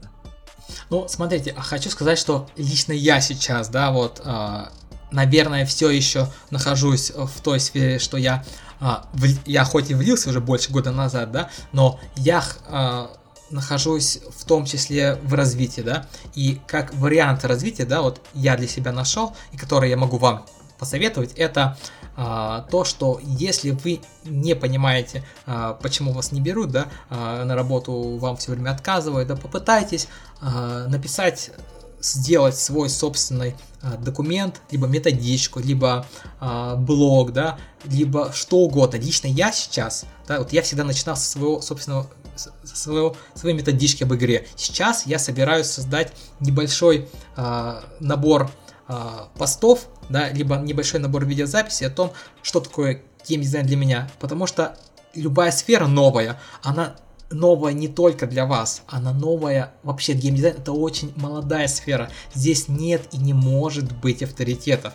Ну, смотрите, хочу сказать, что лично я сейчас, да, вот, э, наверное, все еще нахожусь в той сфере, что я, э, в, я хоть и влился уже больше года назад, да, но я э, нахожусь в том числе в развитии, да, и как вариант развития, да, вот я для себя нашел, и который я могу вам посоветовать, это а, то, что если вы не понимаете, а, почему вас не берут, да, а, на работу вам все время отказывают, да, попытайтесь а, написать, сделать свой собственный а, документ, либо методичку, либо а, блог, да, либо что угодно. Лично я сейчас, да, вот я всегда начинал со своего собственного со своего, своей методички об игре. Сейчас я собираюсь создать небольшой а, набор а, постов, да, либо небольшой набор видеозаписей о том, что такое геймдизайн для меня, потому что любая сфера новая, она новая не только для вас, она новая, вообще геймдизайн это очень молодая сфера, здесь нет и не может быть авторитетов.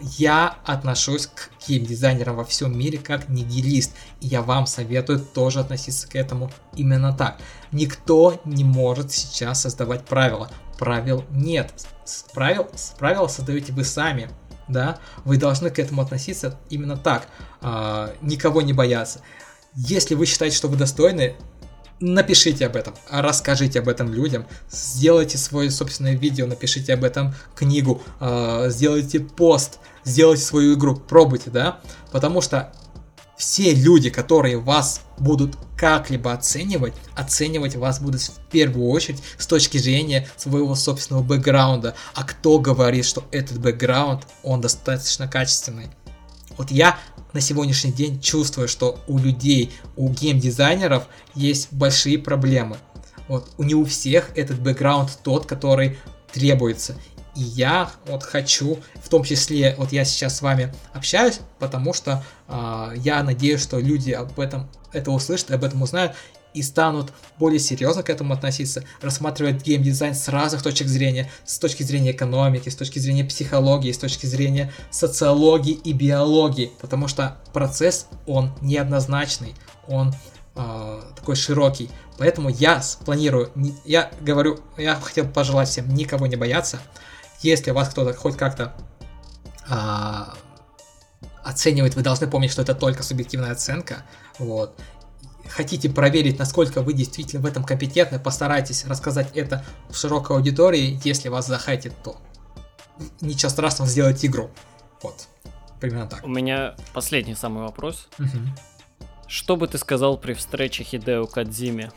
Я отношусь к геймдизайнерам во всем мире как нигилист, и я вам советую тоже относиться к этому именно так. Никто не может сейчас создавать правила, правил нет, правил, правила создаете вы сами. Да, вы должны к этому относиться именно так, а, никого не бояться. Если вы считаете, что вы достойны, напишите об этом, расскажите об этом людям, сделайте свое собственное видео, напишите об этом книгу, а, сделайте пост, сделайте свою игру, пробуйте, да, потому что все люди, которые вас будут как-либо оценивать, оценивать вас будут в первую очередь с точки зрения своего собственного бэкграунда. А кто говорит, что этот бэкграунд, он достаточно качественный? Вот я на сегодняшний день чувствую, что у людей, у геймдизайнеров есть большие проблемы. Вот, не у всех этот бэкграунд тот, который требуется. И я вот хочу, в том числе, вот я сейчас с вами общаюсь, потому что э, я надеюсь, что люди об этом это услышат, об этом узнают и станут более серьезно к этому относиться, рассматривать геймдизайн с разных точек зрения, с точки зрения экономики, с точки зрения психологии, с точки зрения социологии и биологии, потому что процесс, он неоднозначный, он э, такой широкий. Поэтому я планирую, я говорю, я хотел пожелать всем никого не бояться. Если вас кто-то хоть как-то а, оценивает, вы должны помнить, что это только субъективная оценка. Вот. Хотите проверить, насколько вы действительно в этом компетентны, постарайтесь рассказать это в широкой аудитории. Если вас захайтит, то ничего страшного, сделать игру. Вот. Примерно так. У меня последний самый вопрос. Угу. Что бы ты сказал при встрече Хидео Кодзиме?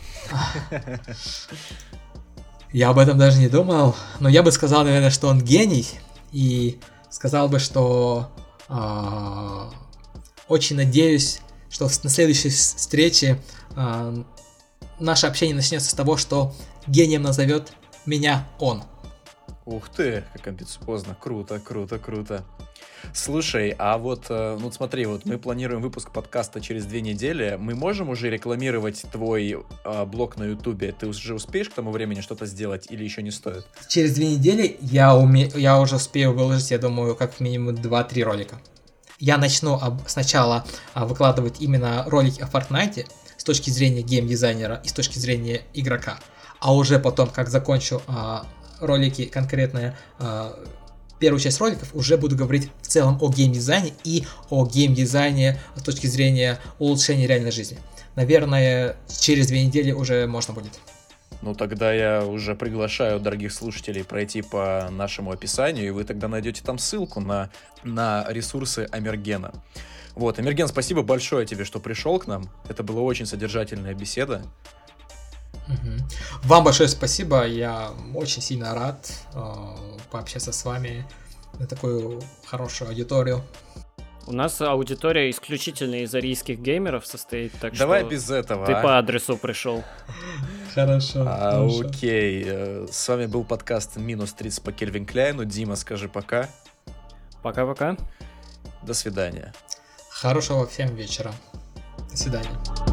Я об этом даже не думал, но я бы сказал, наверное, что он гений, и сказал бы, что э, очень надеюсь, что на следующей встрече э, наше общение начнется с того, что гением назовет меня он. Ух ты, как амбициозно, круто, круто, круто. Слушай, а вот, ну смотри, вот мы планируем выпуск подкаста через две недели. Мы можем уже рекламировать твой э, блог на Ютубе? Ты уже успеешь к тому времени что-то сделать или еще не стоит? Через две недели я, уме... я уже успею выложить, я думаю, как минимум два-три ролика. Я начну об... сначала а, выкладывать именно ролики о Fortnite с точки зрения геймдизайнера и с точки зрения игрока. А уже потом, как закончу а, ролики конкретные... А, первую часть роликов уже буду говорить в целом о геймдизайне и о геймдизайне с точки зрения улучшения реальной жизни. Наверное, через две недели уже можно будет. Ну, тогда я уже приглашаю дорогих слушателей пройти по нашему описанию, и вы тогда найдете там ссылку на, на ресурсы Амиргена. Вот, Амирген, спасибо большое тебе, что пришел к нам. Это была очень содержательная беседа. Угу. Вам большое спасибо, я очень сильно рад э, пообщаться с вами на такую хорошую аудиторию. У нас аудитория исключительно из арийских геймеров состоит, так Давай что без этого, ты а? по адресу пришел. Хорошо. А, хорошо. окей, с вами был подкаст «Минус тридцать по Кельвин Кляйну». Дима, скажи пока. Пока-пока. До свидания. Хорошего всем вечера. До свидания.